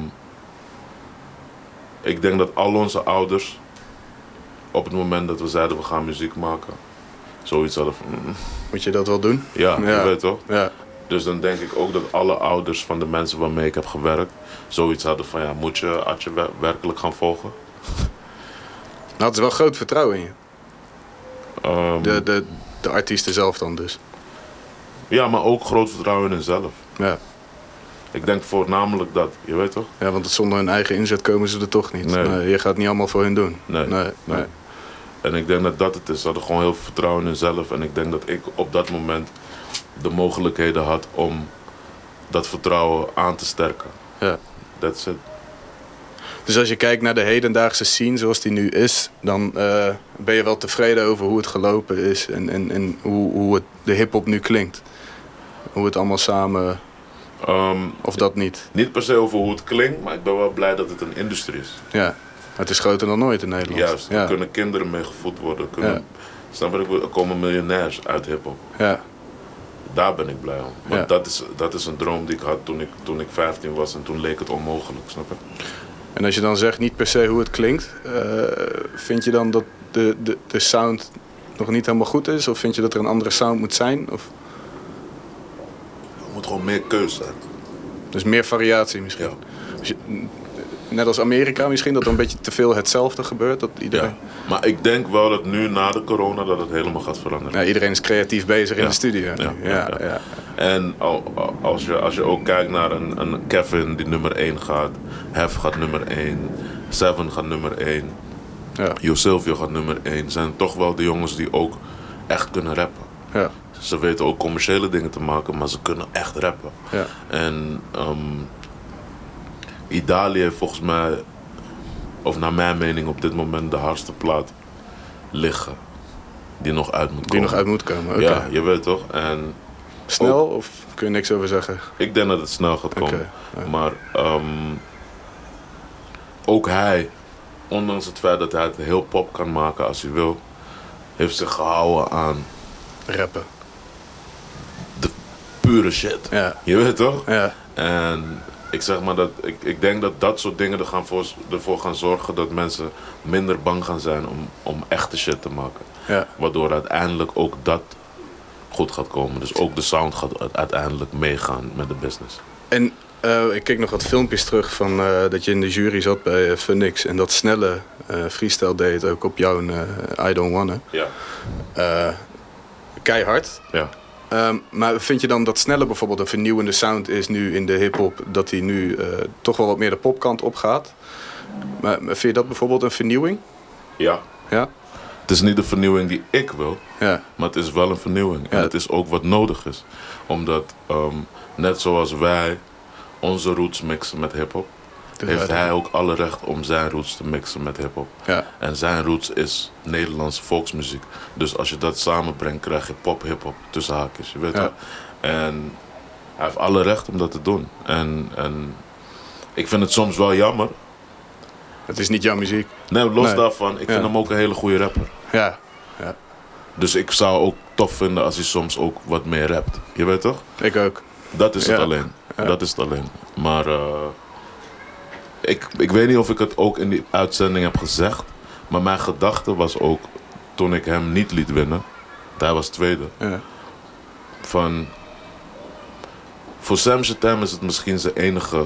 ik denk dat al onze ouders... op het moment dat we zeiden we gaan muziek maken... zoiets hadden van... mm, Moet je dat wel doen? ja, Ja. je weet toch? Ja. Dus dan denk ik ook dat alle ouders van de mensen waarmee ik heb gewerkt... zoiets hadden van ja, moet je Atje wer- werkelijk gaan volgen? Nou, hadden ze wel groot vertrouwen in je. Ehm, De, de, de artiesten zelf dan dus. Ja, maar ook groot vertrouwen in hunzelf. Ja. Ik denk voornamelijk dat, je weet toch? Ja, want zonder hun eigen inzet komen ze er toch niet. Nee. Nee, je gaat het niet allemaal voor hun doen. Nee, Nee, nee. nee. En ik denk dat dat het is. Ze hadden gewoon heel veel vertrouwen in hunzelf. En ik denk dat ik op dat moment de mogelijkheden had om dat vertrouwen aan te sterken. Ja. That's it. Dus als je kijkt naar de hedendaagse scene zoals die nu is, dan uh, ben je wel tevreden over hoe het gelopen is en, en, en hoe, hoe het, de hiphop nu klinkt. Hoe het allemaal samen, Um, of dat niet. Niet per se over hoe het klinkt, maar ik ben wel blij dat het een industrie is. Ja, het is groter dan ooit in Nederland. Juist, er ja. kunnen kinderen mee gevoed worden. Kunnen, Ja. Snap je, er komen miljonairs uit hiphop. Ja. Daar ben ik blij om. Want Ja. dat, is, dat is een droom die ik had toen ik, toen ik vijftien was en toen leek het onmogelijk, snap je? En als je dan zegt niet per se hoe het klinkt, uh, vind je dan dat de, de, de sound nog niet helemaal goed is? Of vind je dat er een andere sound moet zijn? Of... Er moet gewoon meer keuze zijn. Dus meer variatie misschien? Ja. Dus je, net als Amerika misschien, dat er een beetje te veel hetzelfde gebeurt? Dat iedereen... Ja. Maar ik denk wel dat nu na de corona dat het helemaal gaat veranderen. Ja, iedereen is creatief bezig in Ja. de studio. Ja, Ja, ja, ja, ja. ja. En al- al- als je, als je ook kijkt naar een, een Kevin die nummer één gaat, Hef gaat nummer één, Seven gaat nummer één, Ja. Yo Silvio gaat nummer één, zijn toch wel de jongens die ook echt kunnen rappen. Ja. Ze weten ook commerciële dingen te maken, maar ze kunnen echt rappen. Ja. En um, Idali heeft volgens mij, of naar mijn mening op dit moment, de hardste plaat liggen. Die nog uit moet Die komen. nog uit moet komen. Oké. Ja, je weet toch? En Snel of kun je niks over zeggen? ik denk dat het snel gaat komen. Oké, ja. Maar um, ook hij, ondanks het feit dat hij het heel pop kan maken als hij wil, heeft zich gehouden aan Rappen. pure shit. Ja. Je weet toch? Ja. En ik zeg maar dat ik, ik denk dat dat soort dingen er gaan voor, ervoor gaan zorgen dat mensen minder bang gaan zijn om, om echte shit te maken. Ja. Waardoor uiteindelijk ook dat goed gaat komen. Dus ook de sound gaat uiteindelijk meegaan met de business. En uh, ik keek nog wat filmpjes terug van uh, dat je in de jury zat bij uh, Funix en dat snelle uh, freestyle deed ook op jouw uh, I Don't Wanna. Ja. Uh, keihard. Ja. Um, maar vind je dan dat snelle bijvoorbeeld een vernieuwende sound is nu in de hip-hop, dat die nu uh, toch wel wat meer de popkant op gaat? Maar vind je dat bijvoorbeeld een vernieuwing? Ja. Ja? Het is niet de vernieuwing die ik wil, Ja. maar het is wel een vernieuwing. En Ja. het is ook wat nodig is. Omdat, um, net zoals wij onze roots mixen met hip-hop, heeft hij ook alle recht om zijn roots te mixen met hip-hop. Ja. En zijn roots is Nederlandse volksmuziek. Dus als je dat samenbrengt, krijg je pop-hip-hop tussen haakjes. Je weet Ja. wel. En hij heeft alle recht om dat te doen. En, en ik vind het soms wel jammer. Het is niet jouw muziek. Nee, los Nee. daarvan, ik Ja. vind hem ook een hele goede rapper. Ja. Ja. Dus ik zou ook tof vinden als hij soms ook wat meer rapt. Je weet toch? Ik ook. Dat is het Ja. alleen. Ja. Dat is het alleen. Maar uh, ik, ik weet niet of ik het ook in die uitzending heb gezegd. Maar mijn gedachte was ook, toen ik hem niet liet winnen, hij was tweede, Ja. van voor Sam Shatam is het misschien zijn enige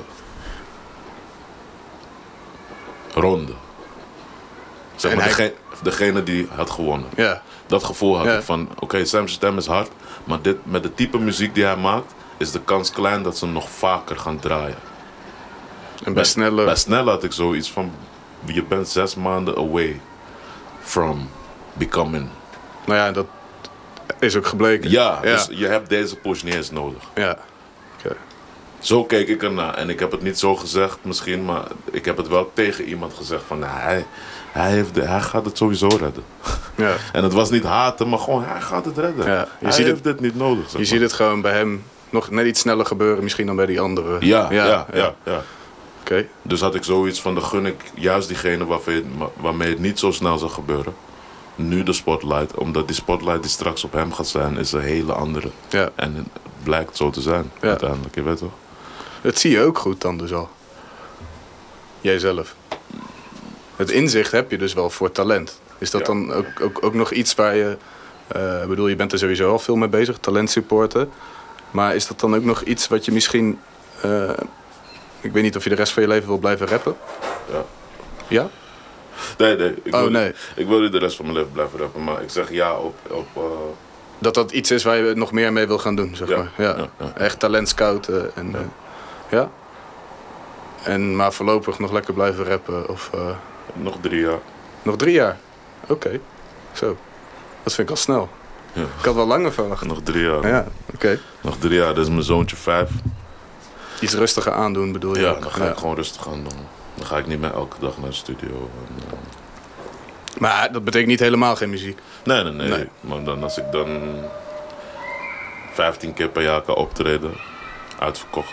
ronde. Zeg En maar, hij- degene, degene die had gewonnen. Ja. Dat gevoel had Ja. ik van, oké, okay, Sam Shatam is hard, maar dit, met de type muziek die hij maakt, is de kans klein dat ze hem nog vaker gaan draaien. En bij snelle... Bij Snelle had ik zoiets van, je bent zes maanden away from becoming. Nou ja, dat is ook gebleken. Ja, Ja. dus je hebt deze push niet eens nodig. Ja. Oké. Zo keek ik ernaar. En ik heb het niet zo gezegd misschien, maar ik heb het wel tegen iemand gezegd van, nou, hij, hij, heeft de, hij gaat het sowieso redden. Ja. En het was niet haten, maar gewoon, hij gaat het redden. Ja, je hij ziet heeft het- dit niet nodig. zeg Je maar. ziet het gewoon bij hem nog net iets sneller gebeuren misschien dan bij die anderen. Ja, ja, ja. ja, ja. Oké. Dus had ik zoiets van, dan gun ik juist diegene waarmee, waarmee het niet zo snel zal gebeuren. Nu de spotlight, omdat die spotlight die straks op hem gaat zijn, is een hele andere. Ja. En het blijkt zo te zijn, Ja. uiteindelijk, je weet toch? Dat zie je ook goed dan dus al. Jijzelf. Het inzicht heb je dus wel voor talent. Is dat Ja. dan ook, ook, ook nog iets waar je... eh, Ik bedoel, je bent er sowieso al veel mee bezig, talent supporten. Maar is dat dan ook nog iets wat je misschien... eh, ik weet niet of je de rest van je leven wil blijven rappen? Ja. Ja? Nee, nee. Ik Oh, wil, nee. Ik wil niet de rest van mijn leven blijven rappen, maar ik zeg ja op, op, uh, Dat dat iets is waar je nog meer mee wil gaan doen, zeg Ja, maar. Ja. ja, ja. Echt talent scouten. En, Ja. ja. ja. En maar voorlopig nog lekker blijven rappen. Of uh, Nog drie jaar. nog drie jaar. Oké. Okay. Zo. Dat vind ik al snel. Ja. Ik had wel langer verwacht. Nog drie jaar. Ja, oké. Okay. Nog drie jaar, dat is mijn zoontje vijf. Iets rustiger aandoen bedoel je? Ja, ook? dan ga ja. ik gewoon rustig aan doen. Dan ga ik niet meer elke dag naar de studio. En, uh... Maar dat betekent niet helemaal geen muziek. Nee, nee, nee, nee. Maar dan als ik dan vijftien keer per jaar kan optreden, uitverkocht.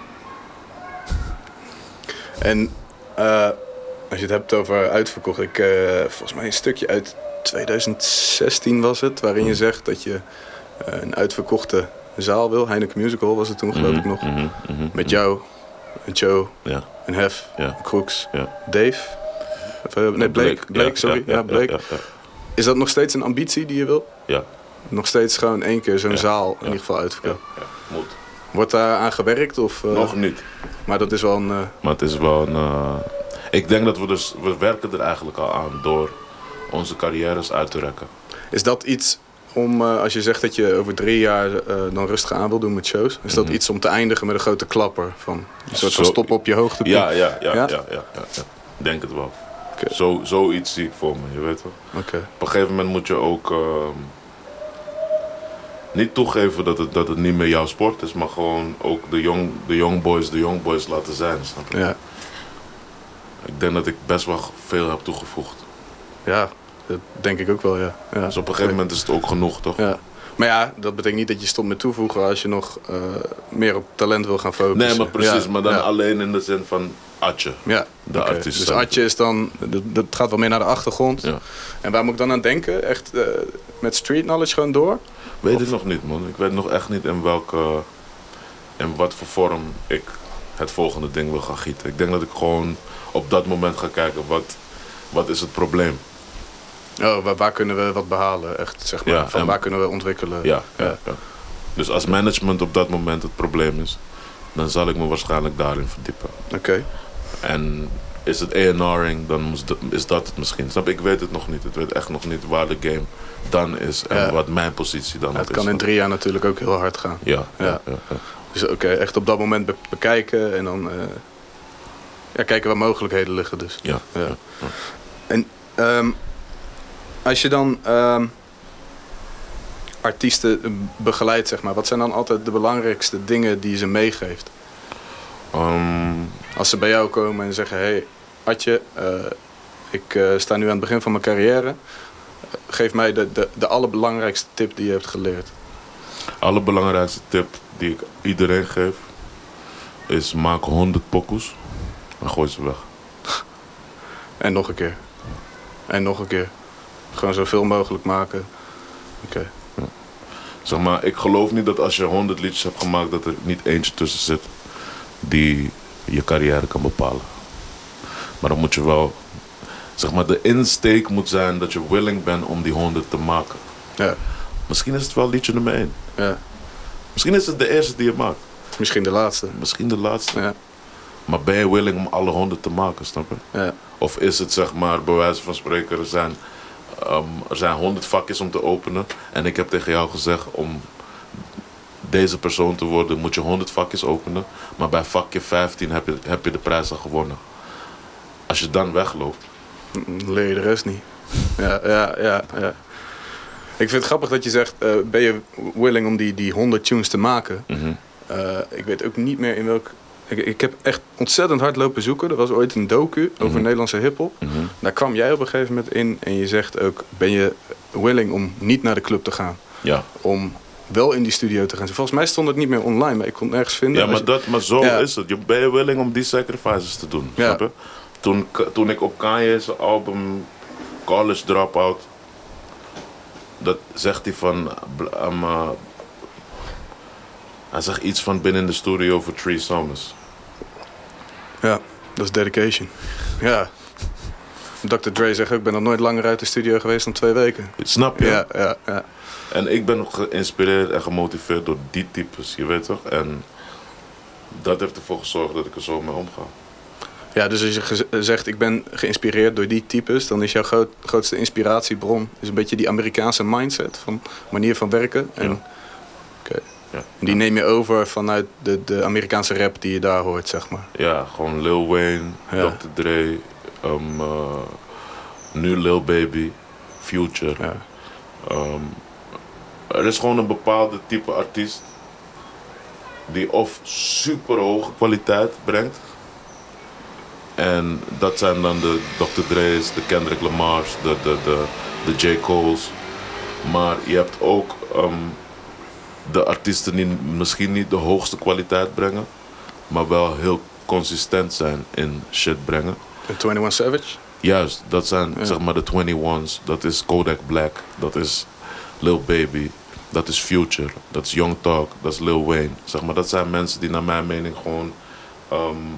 En uh, als je het hebt over uitverkocht, ik uh, volgens mij een stukje uit twintig zestien was het, waarin je zegt dat je uh, een uitverkochte zaal wil. Heineken Musical was het toen, geloof Mm-hmm, ik nog. Mm-hmm, mm-hmm, Met jou, een Joe, ja. een Hef, Ja. een Crooks, Ja. Dave. Of, uh, nee, Blake, Blake, ja, sorry. Ja, Ja, ja, Blake. Ja, ja, ja. Is dat nog steeds een ambitie die je wil? Ja. Nog steeds gewoon één keer zo'n Ja. zaal in Ja. ieder geval uitverkocht? Ja, ja, moet. Wordt daar aan gewerkt? Of, uh, Nog niet. Maar dat is wel een... Uh... Maar het is wel een... Uh... Ik denk dat we dus... We werken er eigenlijk al aan door onze carrières uit te rekken. Is dat iets om, uh, als je zegt dat je over drie jaar uh, dan rustig aan wil doen met shows, is dat Mm-hmm. iets om te eindigen met een grote klapper? Van een soort Zo- van stop op je hoogtepunt? Ja, ja, ja, Ja? ja, ja, ja, ja. Denk het wel. Oké. Zo, zoiets zie ik voor me, je weet wel. Oké. Op een gegeven moment moet je ook uh, niet toegeven dat het, dat het niet meer jouw sport is, maar gewoon ook de young, de young boys de young boys laten zijn, snap je? Ja. Ik denk dat ik best wel veel heb toegevoegd. Ja, dat denk ik ook wel, ja. ja. Dus op een gegeven moment is het ook genoeg, toch? Ja. Maar ja, dat betekent niet dat je stopt met toevoegen als je nog uh, meer op talent wil gaan focussen. Nee, maar precies, Ja, maar dan ja. alleen in de zin van Atje. Ja, de oké. artiest Dus zelf. Atje is dan, dat, dat gaat wel meer naar de achtergrond. Ja. En waar moet ik dan aan denken? Echt uh, met street knowledge gewoon door? Weet Of- ik nog niet, man. Ik weet nog echt niet in welke, in wat voor vorm ik het volgende ding wil gaan gieten. Ik denk dat ik gewoon op dat moment ga kijken, wat, wat is het probleem? Oh, waar, waar kunnen we wat behalen? Echt, zeg maar. Ja, van en- waar kunnen we ontwikkelen? Ja, ja, Ja. ja. Dus als management op dat moment het probleem is, dan zal ik me waarschijnlijk daarin verdiepen. Oké. En is het A en R'ing, dan moest dat- is dat het misschien. Snap je? Ik weet het nog niet. Ik weet echt nog niet waar de game dan is en Ja. wat mijn positie dan Ja, ook het is. kan in drie jaar natuurlijk ook heel hard gaan. Ja, ja, Ja. ja, ja. Dus oké, echt op dat moment be- bekijken en dan uh, ja, kijken waar mogelijkheden liggen dus. Ja, Ja. ja, ja. En um, als je dan um, artiesten begeleidt, zeg maar, wat zijn dan altijd de belangrijkste dingen die je ze meegeeft? Ehm, Als ze bij jou komen en zeggen, hé, hey, Atje, uh, ik uh, sta nu aan het begin van mijn carrière. Geef mij de, de, de allerbelangrijkste tip die je hebt geleerd. allerbelangrijkste tip die ik iedereen geef is maak honderd pokoes en gooi ze weg. En nog een keer. En nog een keer. Gewoon zoveel mogelijk maken. Oké. Okay. Zeg maar, ik geloof niet dat als je honderd liedjes hebt gemaakt dat er niet eentje tussen zit die je carrière kan bepalen. Maar dan moet je wel, zeg maar, de insteek moet zijn dat je willing bent om die honderd te maken. Ja. Misschien is het wel liedje nummer één. Ja. Misschien is het de eerste die je maakt. Misschien de laatste. Misschien de laatste. Ja. Maar ben je willing om alle honderd te maken, snap je? Ja. Of is het, zeg maar, bij wijze van spreken, er zijn, um, er zijn honderd vakjes om te openen. En ik heb tegen jou gezegd, om deze persoon te worden moet je honderd vakjes openen. Maar bij vakje vijftien heb je, heb je de prijs al gewonnen. Als je dan wegloopt. Leer je de rest niet. Ja, ja, ja, ja. Ik vind het grappig dat je zegt, uh, ben je willing om die, die honderd tunes te maken? Mm-hmm. Uh, ik weet ook niet meer in welk... Ik, ik heb echt ontzettend hard lopen zoeken. Er was ooit een docu over Mm-hmm. Nederlandse hiphop. Mm-hmm. Daar kwam jij op een gegeven moment in. En je zegt ook, ben je willing om niet naar de club te gaan? Ja. Om wel in die studio te gaan. Volgens mij stond het niet meer online, maar ik kon het nergens vinden. Ja, maar, Als je- dat, maar zo Ja. is het. Je ben je willing om die sacrifices te doen. Ja. Snap je? Toen, toen ik op Kanye's album College Dropout, dat zegt hij van, um, uh, hij zegt iets van binnen de studio voor Three Summers. Ja, dat is dedication. Ja. dokter Dre zegt ook, ik ben nog nooit langer uit de studio geweest dan twee weken. Snap je? Ja, ja, ja. En ik ben geïnspireerd en gemotiveerd door die types, je weet toch? En dat heeft ervoor gezorgd dat ik er zo mee omga. Ja, dus als je gez- zegt ik ben geïnspireerd door die types, dan is jouw groot, grootste inspiratiebron is een beetje die Amerikaanse mindset, van manier van werken. En, Ja. okay. Ja. en die neem je over vanuit de, de Amerikaanse rap die je daar hoort, zeg maar. Ja, gewoon Lil Wayne, Ja. dokter Dre, um, uh, nu Lil Baby, Future. Ja. Um, er is gewoon een bepaalde type artiest die of super hoge kwaliteit brengt. En dat zijn dan de dokter Dre's, de Kendrick Lamar's, de, de, de, de J. Cole's. Maar je hebt ook um, de artiesten die misschien niet de hoogste kwaliteit brengen, maar wel heel consistent zijn in shit brengen. En twenty-one Savage? Juist, dat zijn Ja. zeg maar de twenty-ones, dat is Kodak Black, dat is Lil Baby, dat is Future, dat is Young Thug, dat is Lil Wayne. Zeg maar, dat zijn mensen die naar mijn mening gewoon, um,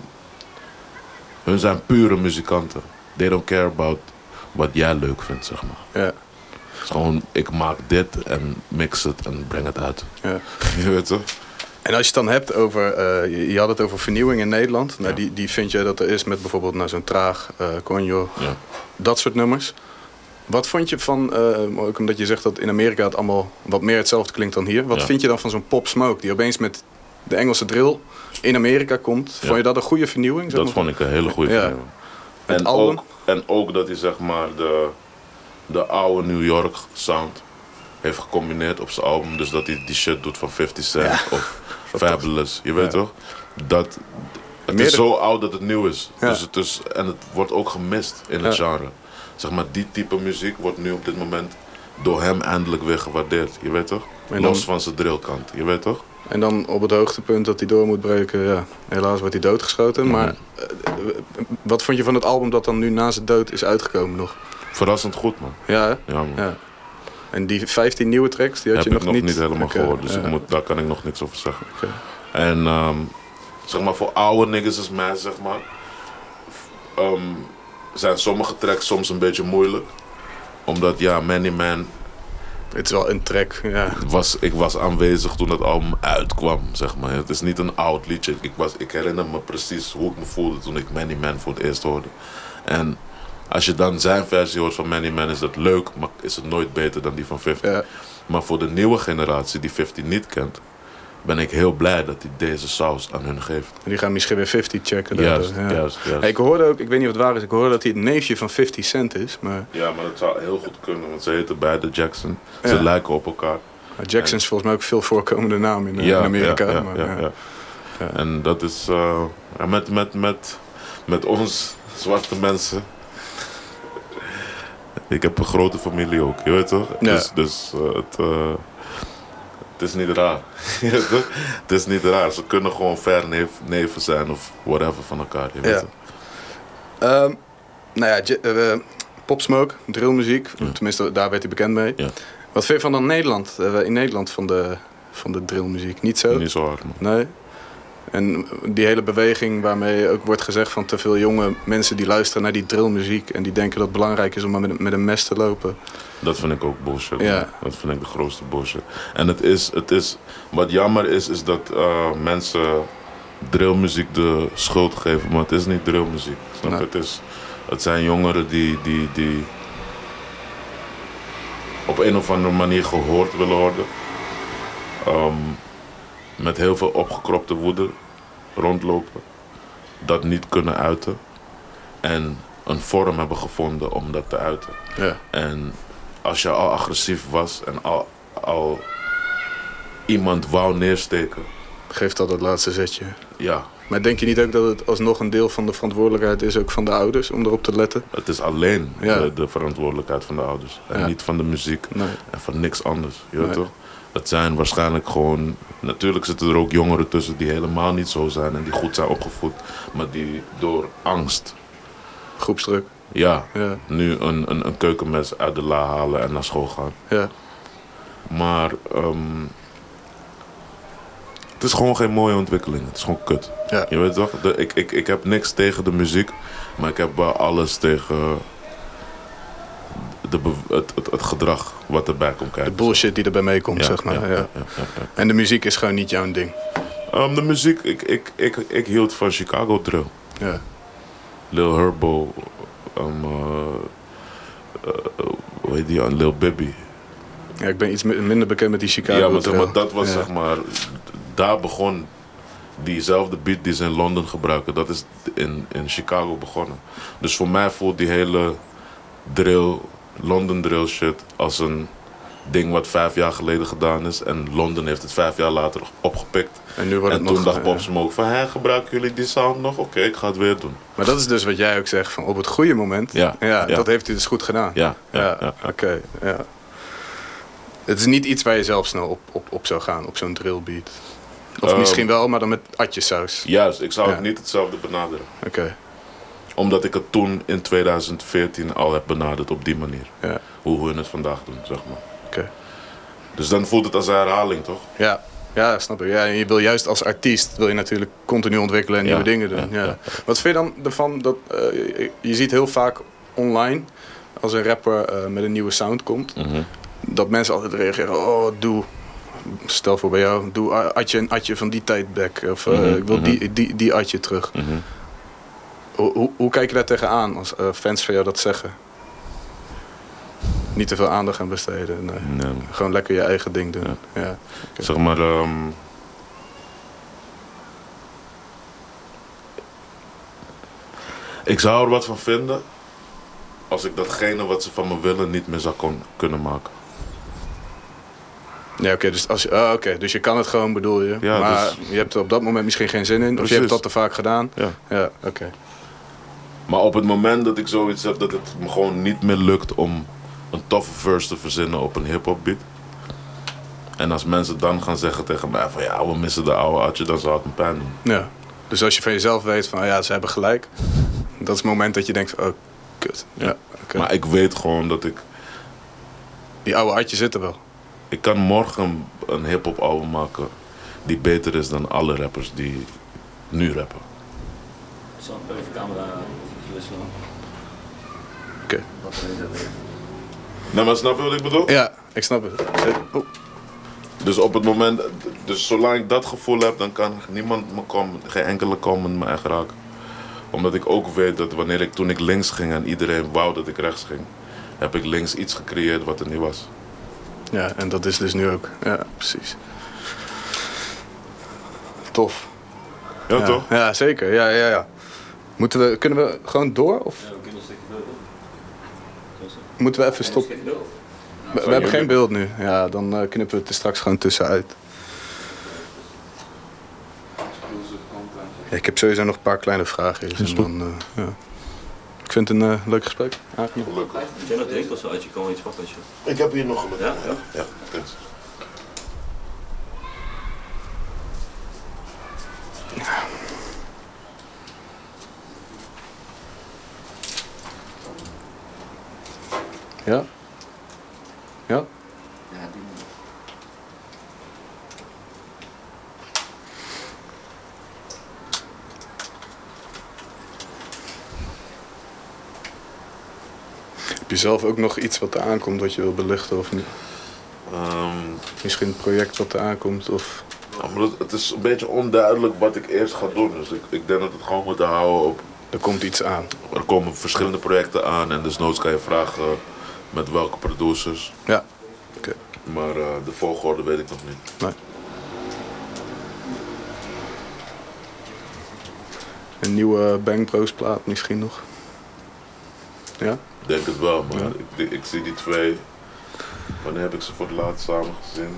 hun zijn pure muzikanten. They don't care about wat jij leuk vindt, zeg maar. Ja. Het is gewoon, ik maak dit en mix het en breng het uit. Ja. Je weet toch? En als je het dan hebt over, uh, je, je had het over vernieuwing in Nederland. Nou, Ja. die, die vind je dat er is met bijvoorbeeld nou, zo'n Traag, uh, Conjo, Ja. dat soort nummers. Wat vond je van, uh, ook omdat je zegt dat in Amerika het allemaal wat meer hetzelfde klinkt dan hier. Wat Ja. vind je dan van zo'n Pop Smoke die opeens met de Engelse drill in Amerika komt? Ja. Vond je dat een goede vernieuwing? zeg Dat maar? vond ik een hele goede Ja. vernieuwing. Het En album? ook, en ook dat hij zeg maar de, de oude New York sound heeft gecombineerd op zijn album. Dus dat hij die shit doet van fifty Cent Ja. of Fabulous. Je weet Ja. toch? Dat, het Meerdere- is zo oud dat het nieuw is. Ja. Dus het is. En het wordt ook gemist in het Ja. genre. Zeg maar, die type muziek wordt nu op dit moment door hem eindelijk weer gewaardeerd. Je weet toch? En dan- Los van zijn drillkant. Je weet toch? En dan op het hoogtepunt dat hij door moet breken, ja, helaas wordt hij doodgeschoten. Mhm. Maar uh, wat vond je van het album dat dan nu na zijn dood is uitgekomen nog? Verrassend goed, man. Ja, hè? Ja, man. Ja. En die vijftien nieuwe tracks, die had Heb je ik nog nog niet... niet, helemaal Oké, gehoord, dus ja. ik moet, daar kan ik nog niks over zeggen. Oké. En um, zeg maar voor oude niggas als mij, zeg maar, um, zijn sommige tracks soms een beetje moeilijk. Omdat ja, Many Man, Het is wel een track, ja. was, ik was aanwezig toen dat album uitkwam, zeg maar. Het is niet een oud liedje. Ik, was, ik herinner me precies hoe ik me voelde toen ik Many Man voor het eerst hoorde. En als je dan zijn versie hoort van Many Man is dat leuk, maar is het nooit beter dan die van fifty. ja. Maar voor de nieuwe generatie die fifty niet kent, ben ik heel blij dat hij deze saus aan hun geeft. En die gaan misschien weer vijftig checken. Juist, daardoor, ja. juist, juist. Hey, ik hoorde ook, ik weet niet of het waar is, ik hoorde dat hij het neefje van fifty Cent is. Maar Ja, maar dat zou heel goed kunnen, want ze heten beide Jackson. Ze Ja. lijken op elkaar. Jackson is volgens mij ook veel voorkomende naam in, uh, in Amerika. Ja, ja, maar, ja, ja. ja. Ja. En dat is uh, met, met, met, met ons zwarte mensen. Ik heb een grote familie ook, je weet toch? Ja. Dus, dus uh, het, uh, het is niet raar. Je weet toch? Het is niet raar. Ze kunnen gewoon ver neef, neven zijn of whatever van elkaar. Je weet Ja. toch? Ehm, nou ja, J- uh, Pop Smoke, drillmuziek. Ja. Tenminste, daar werd hij bekend mee. Ja. Wat vind je van dan Nederland? Uh, in Nederland van de, van de drillmuziek? Niet zo? Niet zo hard, man. Nee? En die hele beweging waarmee ook wordt gezegd van te veel jonge mensen die luisteren naar die drillmuziek en die denken dat het belangrijk is om maar met, een- met een mes te lopen. Dat vind ik ook bullshit. Ja. Man. Dat vind ik de grootste bullshit. En het is, het is, wat jammer is, is dat uh, mensen drillmuziek de schuld geven, maar het is niet drillmuziek. Snap je? Nee. Het, is, het zijn jongeren die, die, die op een of andere manier gehoord willen worden. Um, met heel veel opgekropte woede rondlopen. Dat niet kunnen uiten. En een vorm hebben gevonden om dat te uiten. Ja. En als je al agressief was en al, al iemand wou neersteken, Geeft dat het laatste zetje. ja, Maar denk je niet ook dat het alsnog een deel van de verantwoordelijkheid is ook van de ouders om erop te letten? het is alleen Ja. de, de verantwoordelijkheid van de ouders. En Ja. niet van de muziek Nee. en van niks anders. Je weet Nee. toch? Het zijn waarschijnlijk gewoon, natuurlijk zitten er ook jongeren tussen die helemaal niet zo zijn en die goed zijn opgevoed, maar die door angst, Groepsdruk. ja, Ja. nu een, een, een keukenmes uit de la halen en naar school gaan. Ja. Maar ehm, het is gewoon geen mooie ontwikkeling. Het is gewoon kut. Ja. Je weet toch? De, ik, ik, ik heb niks tegen de muziek, maar ik heb wel alles tegen de, be- het, het, het gedrag wat erbij komt De kijken. bullshit die erbij meekomt, Ja, zeg maar. ja, Ja, ja, ja, ja, ja. En de muziek is gewoon niet jouw ding. Um, de muziek, ik, ik, ik, ik hield van Chicago drill. Ja. Lil Herbo, um, uh, uh, hoe heet die, Lil Baby. Ja, ik ben iets minder bekend met die Chicago. Ja, maar, zeg maar dat was ja. zeg maar, daar begon diezelfde beat die ze in Londen gebruiken. Dat is in, in Chicago begonnen. Dus voor mij voelt die hele drill, London drill shit als een ding wat vijf jaar geleden gedaan is. En Londen heeft het vijf jaar later opgepikt. En, nu wordt en het toen nog, dacht Pop Smoke van, hé, gebruiken jullie die sound nog? Oké, okay, ik ga het weer doen. Maar dat is dus wat jij ook zegt, van op het goede moment. Ja, ja, ja. dat heeft hij dus goed gedaan. Ja, ja, ja, ja, ja. oké. Okay, ja. Het is niet iets waar je zelf snel op, op, op zou gaan, op zo'n drillbeat. Of um, misschien wel, maar dan met atjesaus. Juist, ik zou ja. het niet hetzelfde benaderen. Oké. Okay. Omdat ik het toen in twintig veertien al heb benaderd op die manier. Ja. Hoe we het vandaag doen, zeg maar. Oké. Okay. Dus dan voelt het als een herhaling, toch? Ja, ja, snap ik. Ja, en je wil juist als artiest wil je natuurlijk continu ontwikkelen en nieuwe ja, dingen doen. Ja, ja, ja. Wat vind je dan ervan dat uh, je, je ziet heel vaak online als een rapper uh, met een nieuwe sound komt, mm-hmm. dat mensen altijd reageren: oh, doe, stel voor bij jou, doe atje een atje van die tijd back, of uh, mm-hmm. ik wil die, die, die atje terug. Mm-hmm. Hoe, hoe, hoe kijk je daar tegenaan als uh, fans van jou dat zeggen? Niet te veel aandacht aan besteden. Nee. Nee. Gewoon lekker je eigen ding doen. Ja. Ja. Okay. Zeg maar, um, ik zou er wat van vinden als ik datgene wat ze van me willen niet meer zou kon, kunnen maken. Ja, oké, okay, dus, als je, oh, okay, dus je kan het gewoon, bedoel je. Ja, maar dus, je hebt er op dat moment misschien geen zin in. Precies. Of je hebt dat te vaak gedaan. Ja, ja oké. Okay. Maar op het moment dat ik zoiets heb dat het me gewoon niet meer lukt om een toffe verse te verzinnen op een hip-hop beat. En als mensen dan gaan zeggen tegen mij van ja, we missen de oude Atje, dan zou het een pijn doen. Ja, dus als je van jezelf weet van ja, ze hebben gelijk. Dat is het moment dat je denkt, oh kut. Ja, ja. Okay. Maar ik weet gewoon dat ik... Die oude Atje zit er wel. Ik kan morgen een hip-hop album maken die beter is dan alle rappers die nu rappen. Zal ik even camera wisselen? Oké. Okay. Nee, maar snap je wat ik bedoel? Ja, ik snap het. Oh. Dus op het moment, dus zolang ik dat gevoel heb, dan kan niemand me komen, geen enkele comment me echt raken. Omdat ik ook weet dat wanneer ik, toen ik links ging en iedereen wou dat ik rechts ging, heb ik links iets gecreëerd wat er niet was. Ja, en dat is dus nu ook. Ja, precies. Tof. Ja, ja toch? Ja, zeker. Ja, ja, ja. Moeten we, kunnen we gewoon door? Of? Ja, we kunnen een stukje beeld. Moeten we even stoppen? We, we hebben geen beeld nu. Ja, dan uh, knippen we het er straks gewoon tussenuit. Ja, ik heb sowieso nog een paar kleine vragen. En dan, uh, ja. Ik vind het een uh, leuk gesprek. Aangenaam. Leuk. Heb jij nog direct of zo uit? Je kan wel iets pakken als je... Ik heb hier nog een. Ja? Ja. Ja, thanks. Ja? Ja? Ja, die moet. Heb je zelf ook nog iets wat er aankomt wat je wil belichten of niet? Um, Misschien een project wat er aankomt of... Ja, maar het is een beetje onduidelijk wat ik eerst ga doen. Dus ik, ik denk dat het gewoon moet houden op... Er komt iets aan. Er komen verschillende projecten aan en desnoods kan je vragen met welke producers. Ja. Oké. Okay. Maar uh, de volgorde weet ik nog niet. Nee. Een nieuwe Bang Bros plaat misschien nog? Ja? Ik denk het wel, maar ja. ik, ik zie die twee... Wanneer heb ik ze voor het laatst samen gezien?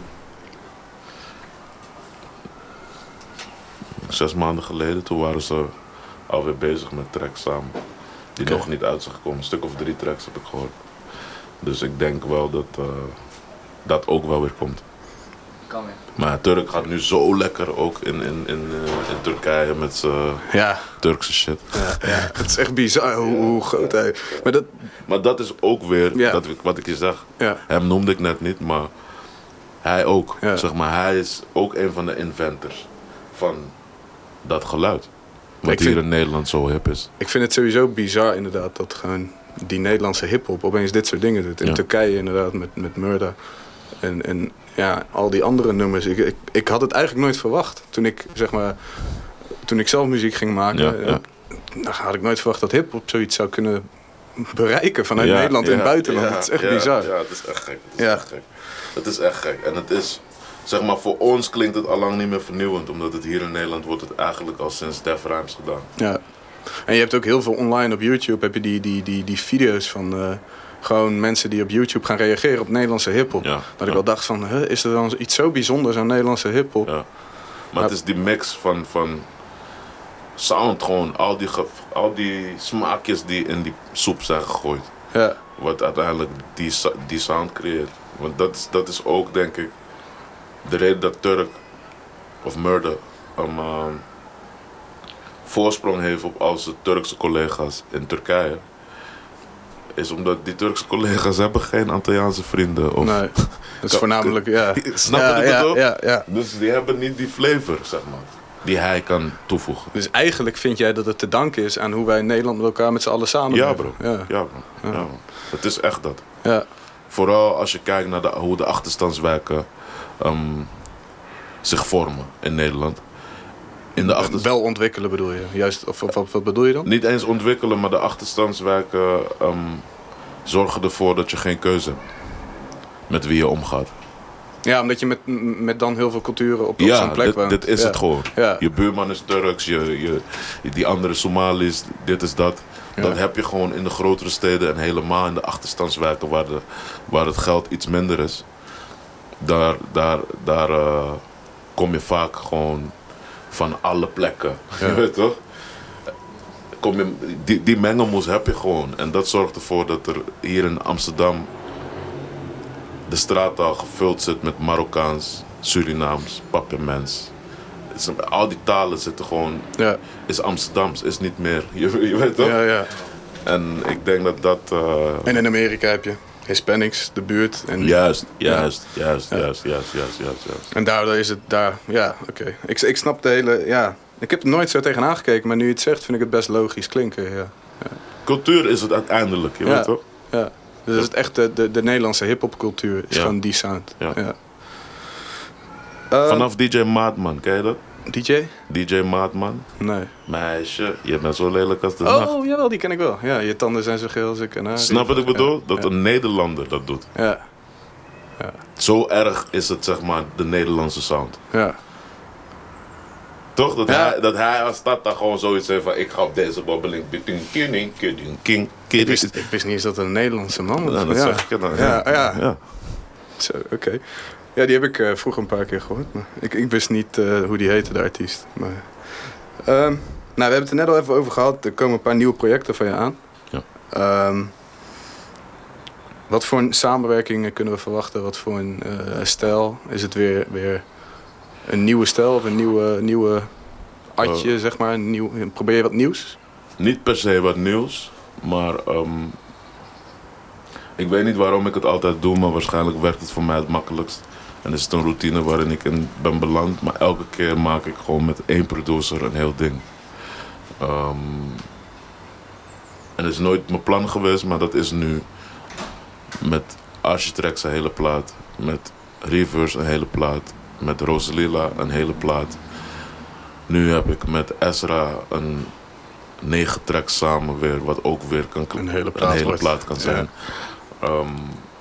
Zes maanden geleden, toen waren ze alweer bezig met tracks samen. Die okay. nog niet uit zijn gekomen. Een stuk of drie tracks heb ik gehoord. Dus ik denk wel dat uh, dat ook wel weer komt. Kan weer. Maar Turk gaat nu zo lekker ook in, in, in, uh, in Turkije met zijn ja. Turkse shit. Ja, ja. Het is echt bizar hoe, hoe groot hij is. Maar dat, maar dat is ook weer ja. dat, wat ik je zeg. Ja. Hem noemde ik net niet, maar hij ook. Ja. Zeg maar, hij is ook een van de inventors van dat geluid. Wat ik hier vind, in Nederland zo hip is. Ik vind het sowieso bizar inderdaad dat gewoon die Nederlandse hiphop opeens dit soort dingen doet. In ja. Turkije inderdaad met, met Murda. En, en ja, al die andere nummers. Ik, ik, ik had het eigenlijk nooit verwacht. Toen ik, zeg maar, toen ik zelf muziek ging maken. Ja, ja. nou, had ik nooit verwacht dat hiphop zoiets zou kunnen bereiken vanuit Ja, Nederland ja, in het buitenland. ja, Dat is echt ja, bizar. Ja, het is echt gek. Het is Ja. echt gek. Het is echt gek. En het is, zeg maar, voor ons klinkt het allang niet meer vernieuwend. Omdat het hier in Nederland wordt het eigenlijk al sinds Def Rhymes gedaan. Ja. En je hebt ook heel veel online op YouTube, heb je die, die, die, die video's van uh, gewoon mensen die op YouTube gaan reageren op Nederlandse hiphop. Ja, Dat ja. ik wel dacht van, huh, is er dan iets zo bijzonders aan Nederlandse hiphop? Ja. Maar het is die mix van, van sound gewoon, al die, ge, al die smaakjes die in die soep zijn gegooid. Ja. Wat uiteindelijk die, die sound creëert. Want dat is, dat is ook, denk ik, de reden dat Turk of Murder een uh, voorsprong heeft op al zijn Turkse collega's in Turkije. Is omdat die Turkse collega's hebben geen Antilliaanse vrienden. Of Nee, dat is voornamelijk, ja. Snap ja, je wat ik ja, bedoel? ja, ja. Dus die hebben niet die flavor, zeg maar, die hij kan toevoegen. Dus eigenlijk vind jij dat het te danken is aan hoe wij in Nederland met elkaar met z'n allen samen Ja, leven? bro. Ja. Ja, bro. Ja, man. Het is echt dat. Ja. Vooral als je kijkt naar de, hoe de achterstandswijken um, zich vormen in Nederland. In de achter... Wel ontwikkelen bedoel je? Juist, of, of, of wat bedoel je dan? Niet eens ontwikkelen, maar de achterstandswijken um, zorgen ervoor dat je geen keuze hebt met wie je omgaat. Ja, omdat je met, met dan heel veel culturen op, op Ja, zo'n plek dit, woont. dit is ja. het gewoon. Ja. Je buurman is Turks, je, je, die andere Somali's, dit is dat. Ja. Dat heb je gewoon in de grotere steden en helemaal in de achterstandswijken waar, de, waar het geld iets minder is. Daar, daar, daar uh, kom je vaak gewoon van alle plekken. Ja. Je weet toch? Kom je, die, die mengelmoes heb je gewoon. En dat zorgt ervoor dat er hier in Amsterdam de straat al gevuld zit met Marokkaans, Surinaams, Papiaments. Al die talen zitten gewoon, Ja. is Amsterdams, is niet meer, je, je weet toch? Ja, ja. En ik denk dat dat... Uh, En in Amerika heb je Hispanics, de buurt. En, juist, juist, juist, Ja. juist, juist, juist, juist, juist. en daardoor is het daar, ja, oké. Okay. Ik, ik snap de hele, ja. Ik heb er nooit zo tegenaan gekeken, maar nu je het zegt vind ik het best logisch klinken, ja. Cultuur is het uiteindelijk, je Ja. weet toch? Ja. Dus dat is echt de, de, de Nederlandse hiphopcultuur, is Ja. gewoon die sound. Ja. Ja. Uh, Vanaf D J Maatman, ken je dat? D J? D J Maatman. Nee. Meisje, je bent zo lelijk als de nacht. Oh, jawel, die ken ik wel. Ja, je tanden zijn zo geel als ik en haar. Snap wat ik bedoel? Ja. Dat Ja. een Nederlander dat doet. Ja. Zo erg is het, zeg maar, de Nederlandse sound. Ja. Toch? Dat, Ja. hij, dat hij als dat dan gewoon zoiets heeft van, ik ga op deze babbeling, king, king, king, king, Ik wist, ik wist niet eens dat het een Nederlandse man was. Nou, dat ja. zeg ik je dan. Ja, ja. ja. Zo, oké. Okay. Ja, die heb ik uh, vroeger een paar keer gehoord. Maar ik, ik wist niet uh, hoe die heette, de artiest. Maar, um, nou, we hebben het er net al even over gehad. Er komen een paar nieuwe projecten van je aan. Ja. Um, wat voor een samenwerkingen kunnen we verwachten? Wat voor een uh, stijl? Is het weer, weer een nieuwe stijl of een nieuwe, nieuwe atje, uh, zeg maar? Een nieuw, probeer je wat nieuws? Niet per se wat nieuws, maar um, ik weet niet waarom ik het altijd doe, maar waarschijnlijk werkt het voor mij het makkelijkst. En is het een routine waarin ik in ben beland, maar elke keer maak ik gewoon met één producer een heel ding. Um, en dat is nooit mijn plan geweest, maar dat is nu met Architrax een hele plaat, met Reverse een hele plaat, met Rosalila een hele plaat. Nu heb ik met Ezra een negen tracks samen weer, wat ook weer kan, een hele plaat, een hele plaat kan zijn. Ja. Um,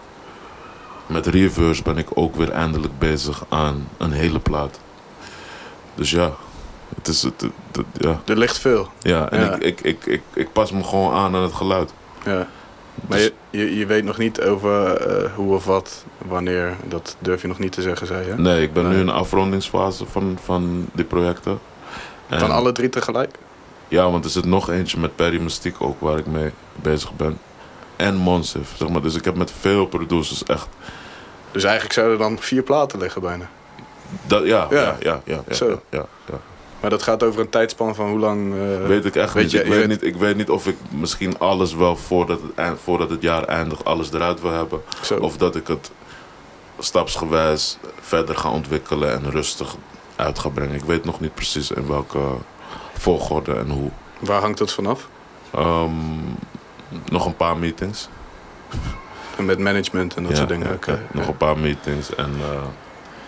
met Reverse ben ik ook weer eindelijk bezig aan een hele plaat. Dus ja, het is het, het, het ja. Er ligt veel. Ja, en Ja. Ik, ik, ik, ik, ik pas me gewoon aan aan het geluid. Ja. Maar Dus- je, je, je weet nog niet over uh, hoe of wat, wanneer, dat durf je nog niet te zeggen, zei je? Nee, ik ben Nee. nu in de afrondingsfase van, van die projecten. En- Van alle drie tegelijk? Ja, want er zit nog eentje met Perry Mystique ook waar ik mee bezig ben. En Monsif, zeg maar. Dus ik heb met veel producers echt... Dus eigenlijk zouden er dan vier platen liggen bijna. Dat, ja, Ja. ja, ja, ja, ja, Zo. ja, ja, ja. Maar dat gaat over een tijdspan van hoe lang... Uh, Weet ik echt weet niet. je- ik, je weet weet- niet. Ik weet niet of ik misschien alles wel voordat het, eind- voordat het jaar eindigt alles eruit wil hebben. Zo. Of dat ik het stapsgewijs verder ga ontwikkelen en rustig uit ga brengen. Ik weet nog niet precies in welke volgorde en hoe. Waar hangt dat vanaf? Um, nog een paar meetings. En met management en dat soort dingen? ja, Oké. ja, nog een paar meetings en uh,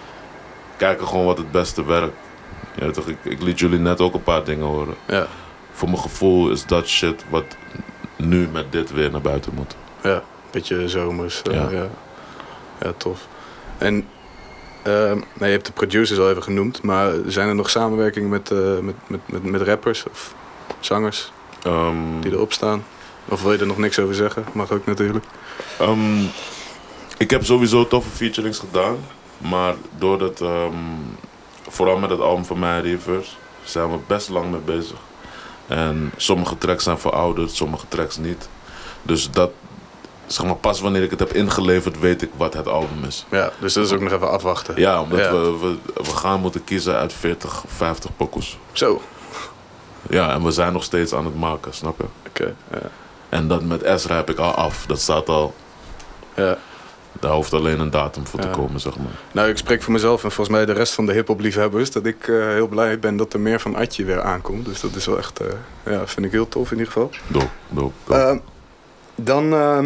kijken gewoon wat het beste werkt. Ja, toch, ik, ik liet jullie net ook een paar dingen horen. Ja. voor mijn gevoel is dat shit wat nu met dit weer naar buiten moet. Ja, beetje zomers. Uh, Ja. ja. ja, tof. En uh, nou, je hebt de producers al even genoemd, maar zijn er nog samenwerkingen met, uh, met, met, met, met rappers of zangers Um, die erop staan? Of wil je er nog niks over zeggen? Mag ook natuurlijk. um, ik heb sowieso toffe featurings gedaan, maar doordat, um, vooral met het album van mij, Reverse, zijn we best lang mee bezig. En sommige tracks zijn verouderd, sommige tracks niet. Dus dat, zeg maar, pas wanneer ik het heb ingeleverd, weet ik wat het album is. Ja, dus dat is ook nog even afwachten. Ja, omdat Ja. We, we, we gaan moeten kiezen uit veertig, vijftig pokoes. Zo, Ja, en we zijn nog steeds aan het maken, snap je? oké. ja. En dat met Ezra heb ik al af. Dat staat al, Ja. daar hoeft alleen een datum voor Ja. te komen, zeg maar. Nou, ik spreek voor mezelf en volgens mij de rest van de hip-hop liefhebbers dat ik uh, heel blij ben dat er meer van Atje weer aankomt. Dus dat is wel echt, uh, ja, vind ik heel tof in ieder geval. Dope, dope, dope. Uh, dan, uh,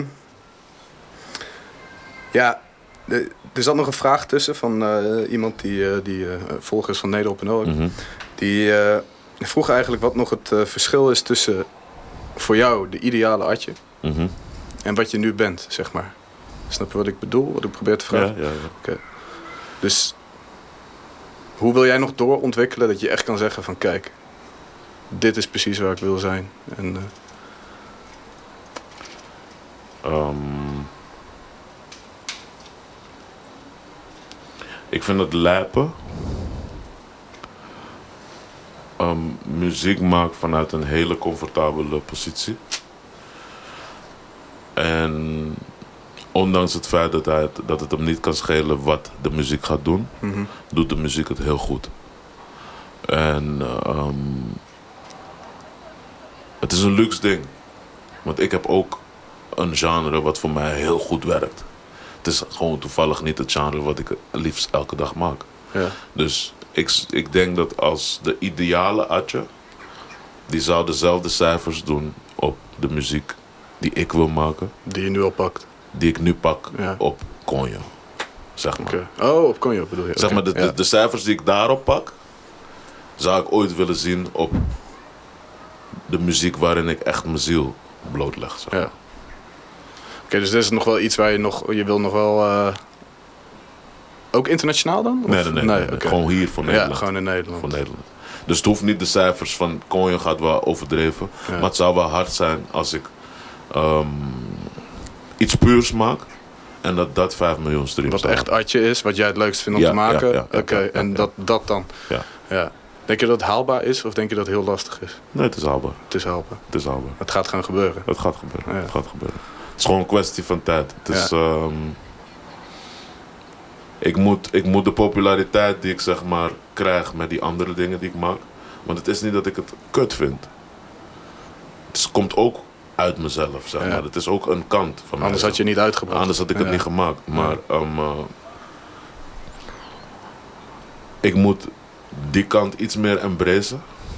ja, de, er zat nog een vraag tussen van uh, iemand die, uh, die uh, volger is van Nederop en ook. Mhm. Die uh, vroeg eigenlijk wat nog het uh, verschil is tussen voor jou de ideale Atje Mhm. en wat je nu bent, zeg maar. Snap je wat ik bedoel? Wat ik probeer te vragen? Ja, ja, ja. Dus hoe wil jij nog doorontwikkelen dat je echt kan zeggen van kijk, dit is precies waar ik wil zijn. En, uh, Um, ik vind het lijpen. Um, muziek maken vanuit een hele comfortabele positie. En ondanks het feit dat, hij het, dat het hem niet kan schelen wat de muziek gaat doen, mm-hmm. doet de muziek het heel goed. En um, het is een luxe ding. Want ik heb ook een genre wat voor mij heel goed werkt. Het is gewoon toevallig niet het genre wat ik liefst elke dag maak. Ja. Dus ik, ik denk dat als de ideale Atje, die zou dezelfde cijfers doen op de muziek die ik wil maken, Die je nu al pakt. die ik nu pak Ja. op Konjo. Zeg maar. Okay. Oh, op Konjo bedoel je? Zeg Oké, maar, de, de, ja. de cijfers die ik daarop pak, zou ik ooit willen zien op de muziek waarin ik echt mijn ziel blootleg. Zeg maar. Ja. Oké, dus dit is nog wel iets waar je nog, je wil nog wel, uh, ook internationaal dan? Of? Nee, nee, nee. nee, nee. oké. Gewoon hier voor Nederland. Ja, gewoon in Nederland. Voor Nederland. Dus het hoeft niet de cijfers van Konjo gaat wel overdreven. Ja. Maar het zou wel hard zijn als ik um, iets puurs maak. En dat dat vijf miljoen streams Wat zou echt Atje is, wat jij het leukst vindt om Ja, te maken. ja, ja, ja, Oké, ja, ja, en ja. Dat, dat dan. Ja. Ja. Denk je dat het haalbaar is of denk je dat het heel lastig is? Nee, het is haalbaar. Het is haalbaar. Het is haalbaar. Het gaat gewoon gebeuren. Het gaat gebeuren. Ja. Het gaat gebeuren. Het is gewoon een kwestie van tijd. Het is, Ja. um, ik, moet, ik moet de populariteit die ik zeg maar krijg met die andere dingen die ik maak. Want het is niet dat ik het kut vind. Het is, komt ook uit mezelf, zeg Ja. maar. Het is ook een kant van mij. Anders had je niet uitgebracht. Anders had ik het Ja. niet gemaakt. Maar um, uh, ik moet die kant iets meer embracen.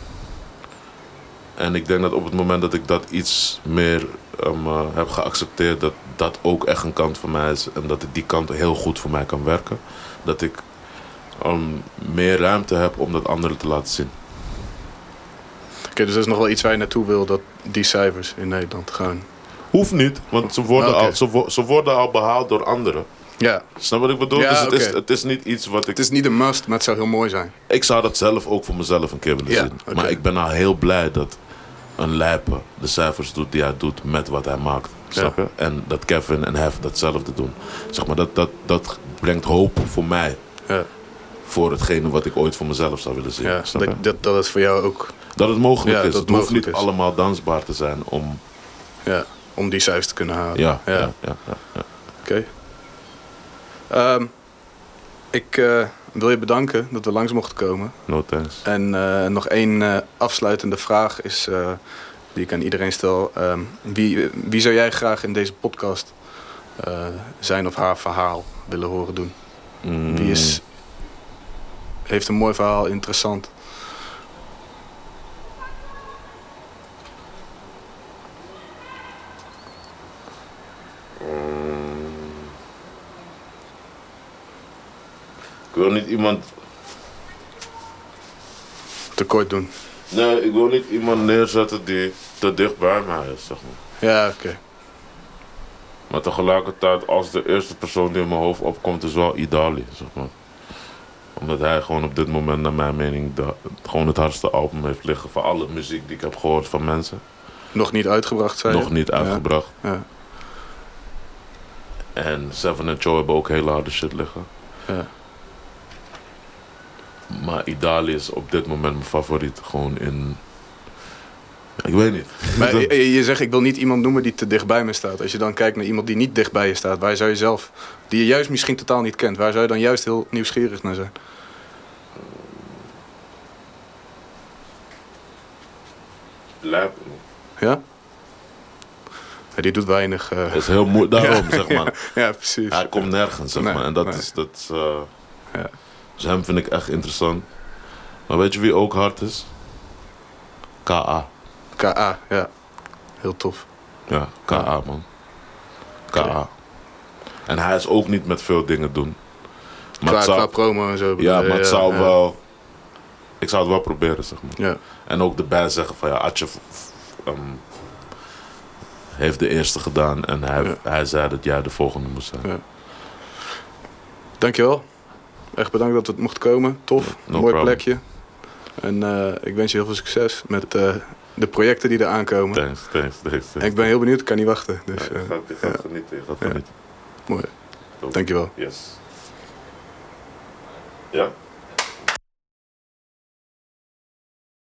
En ik denk dat op het moment dat ik dat iets meer um, uh, heb geaccepteerd, dat dat ook echt een kant van mij is. En dat ik die kant heel goed voor mij kan werken. Dat ik um, meer ruimte heb om dat anderen te laten zien. Oké, dus dat is nog wel iets waar je naartoe wil, dat die cijfers in Nederland gewoon. Hoeft niet, want ze worden, Oké. al, ze, wo- ze worden al behaald door anderen. Ja, Snap wat ik bedoel? Ja, dus het, is, oké. het is niet iets wat ik... het is niet een must, maar het zou heel mooi zijn. Ik zou dat zelf ook voor mezelf een keer willen Ja, zien. oké. Maar ik ben al heel blij dat een lijper de cijfers doet die hij doet met wat hij maakt. Snap je? En dat Kevin en Hef datzelfde doen. Zeg maar, dat, dat, dat brengt hoop voor mij. Ja, Voor hetgene wat ik ooit voor mezelf zou willen zien. ja Snap je? dat, dat, dat het voor jou ook, Dat het mogelijk Ja, is. dat Het hoeft mogelijk niet is. allemaal dansbaar te zijn om... ja, om die cijfers te kunnen halen. Ja, ja, ja. ja. ja, ja. Oké. Ehm, ik uh, wil je bedanken dat we langs mochten komen. No thanks. En uh, nog één uh, afsluitende vraag is, uh, die ik aan iedereen stel. Um, wie, wie zou jij graag in deze podcast uh, zijn of haar verhaal willen horen doen? Mm. Wie is, heeft een mooi verhaal, interessant? Ik wil niet iemand... Tekort doen. Nee, ik wil niet iemand neerzetten die te dicht bij mij is, zeg maar. Ja, oké. Okay. Maar tegelijkertijd, als de eerste persoon die in mijn hoofd opkomt, is wel Idali, zeg maar. Omdat hij gewoon op dit moment, naar mijn mening, de, gewoon het hardste album heeft liggen van alle muziek die ik heb gehoord van mensen. Nog niet uitgebracht, zei je? Nog niet uitgebracht. Ja. Ja. En Seven en Joe hebben ook hele harde shit liggen. Ja. Maar Idali is op dit moment mijn favoriet. Gewoon in... Ik weet niet. Maar je, je zegt, ik wil niet iemand noemen die te dicht bij me staat. Als je dan kijkt naar iemand die niet dicht bij je staat, waar zou je zelf, die je juist misschien totaal niet kent, waar zou je dan juist heel nieuwsgierig naar zijn? Lab. Ja? Ja, die doet weinig. Uh... Het is heel moeilijk, daarom ja, zeg maar. Ja, ja, precies. Hij komt nergens, zeg nee, maar. En dat nee. is, dat is uh... ja. Dus hem vind ik echt interessant. Maar weet je wie ook hard is? K A. K A, ja. Heel tof. Ja, K A ja. man. K A. Okay. En hij is ook niet met veel dingen doen. Maar qua, zou... qua promo en zo. Ja, maar het ja, zou ja. wel... Ik zou het wel proberen, zeg maar. Ja. En ook de band zeggen van ja, Atje um, heeft de eerste gedaan. En hij, ja. hij zei dat jij de volgende moest zijn. Ja. Dankjewel. Echt bedankt dat het mocht komen. Tof. No, no mooi problem. plekje. En uh, ik wens je heel veel succes met uh, de projecten die er aankomen. Thanks, thanks, thanks. En ik ben heel benieuwd, ik kan niet wachten. Dus, ja, je gaat, je gaat ja. genieten, je gaat genieten. Ja. Mooi. Top. Dankjewel. Yes. Ja.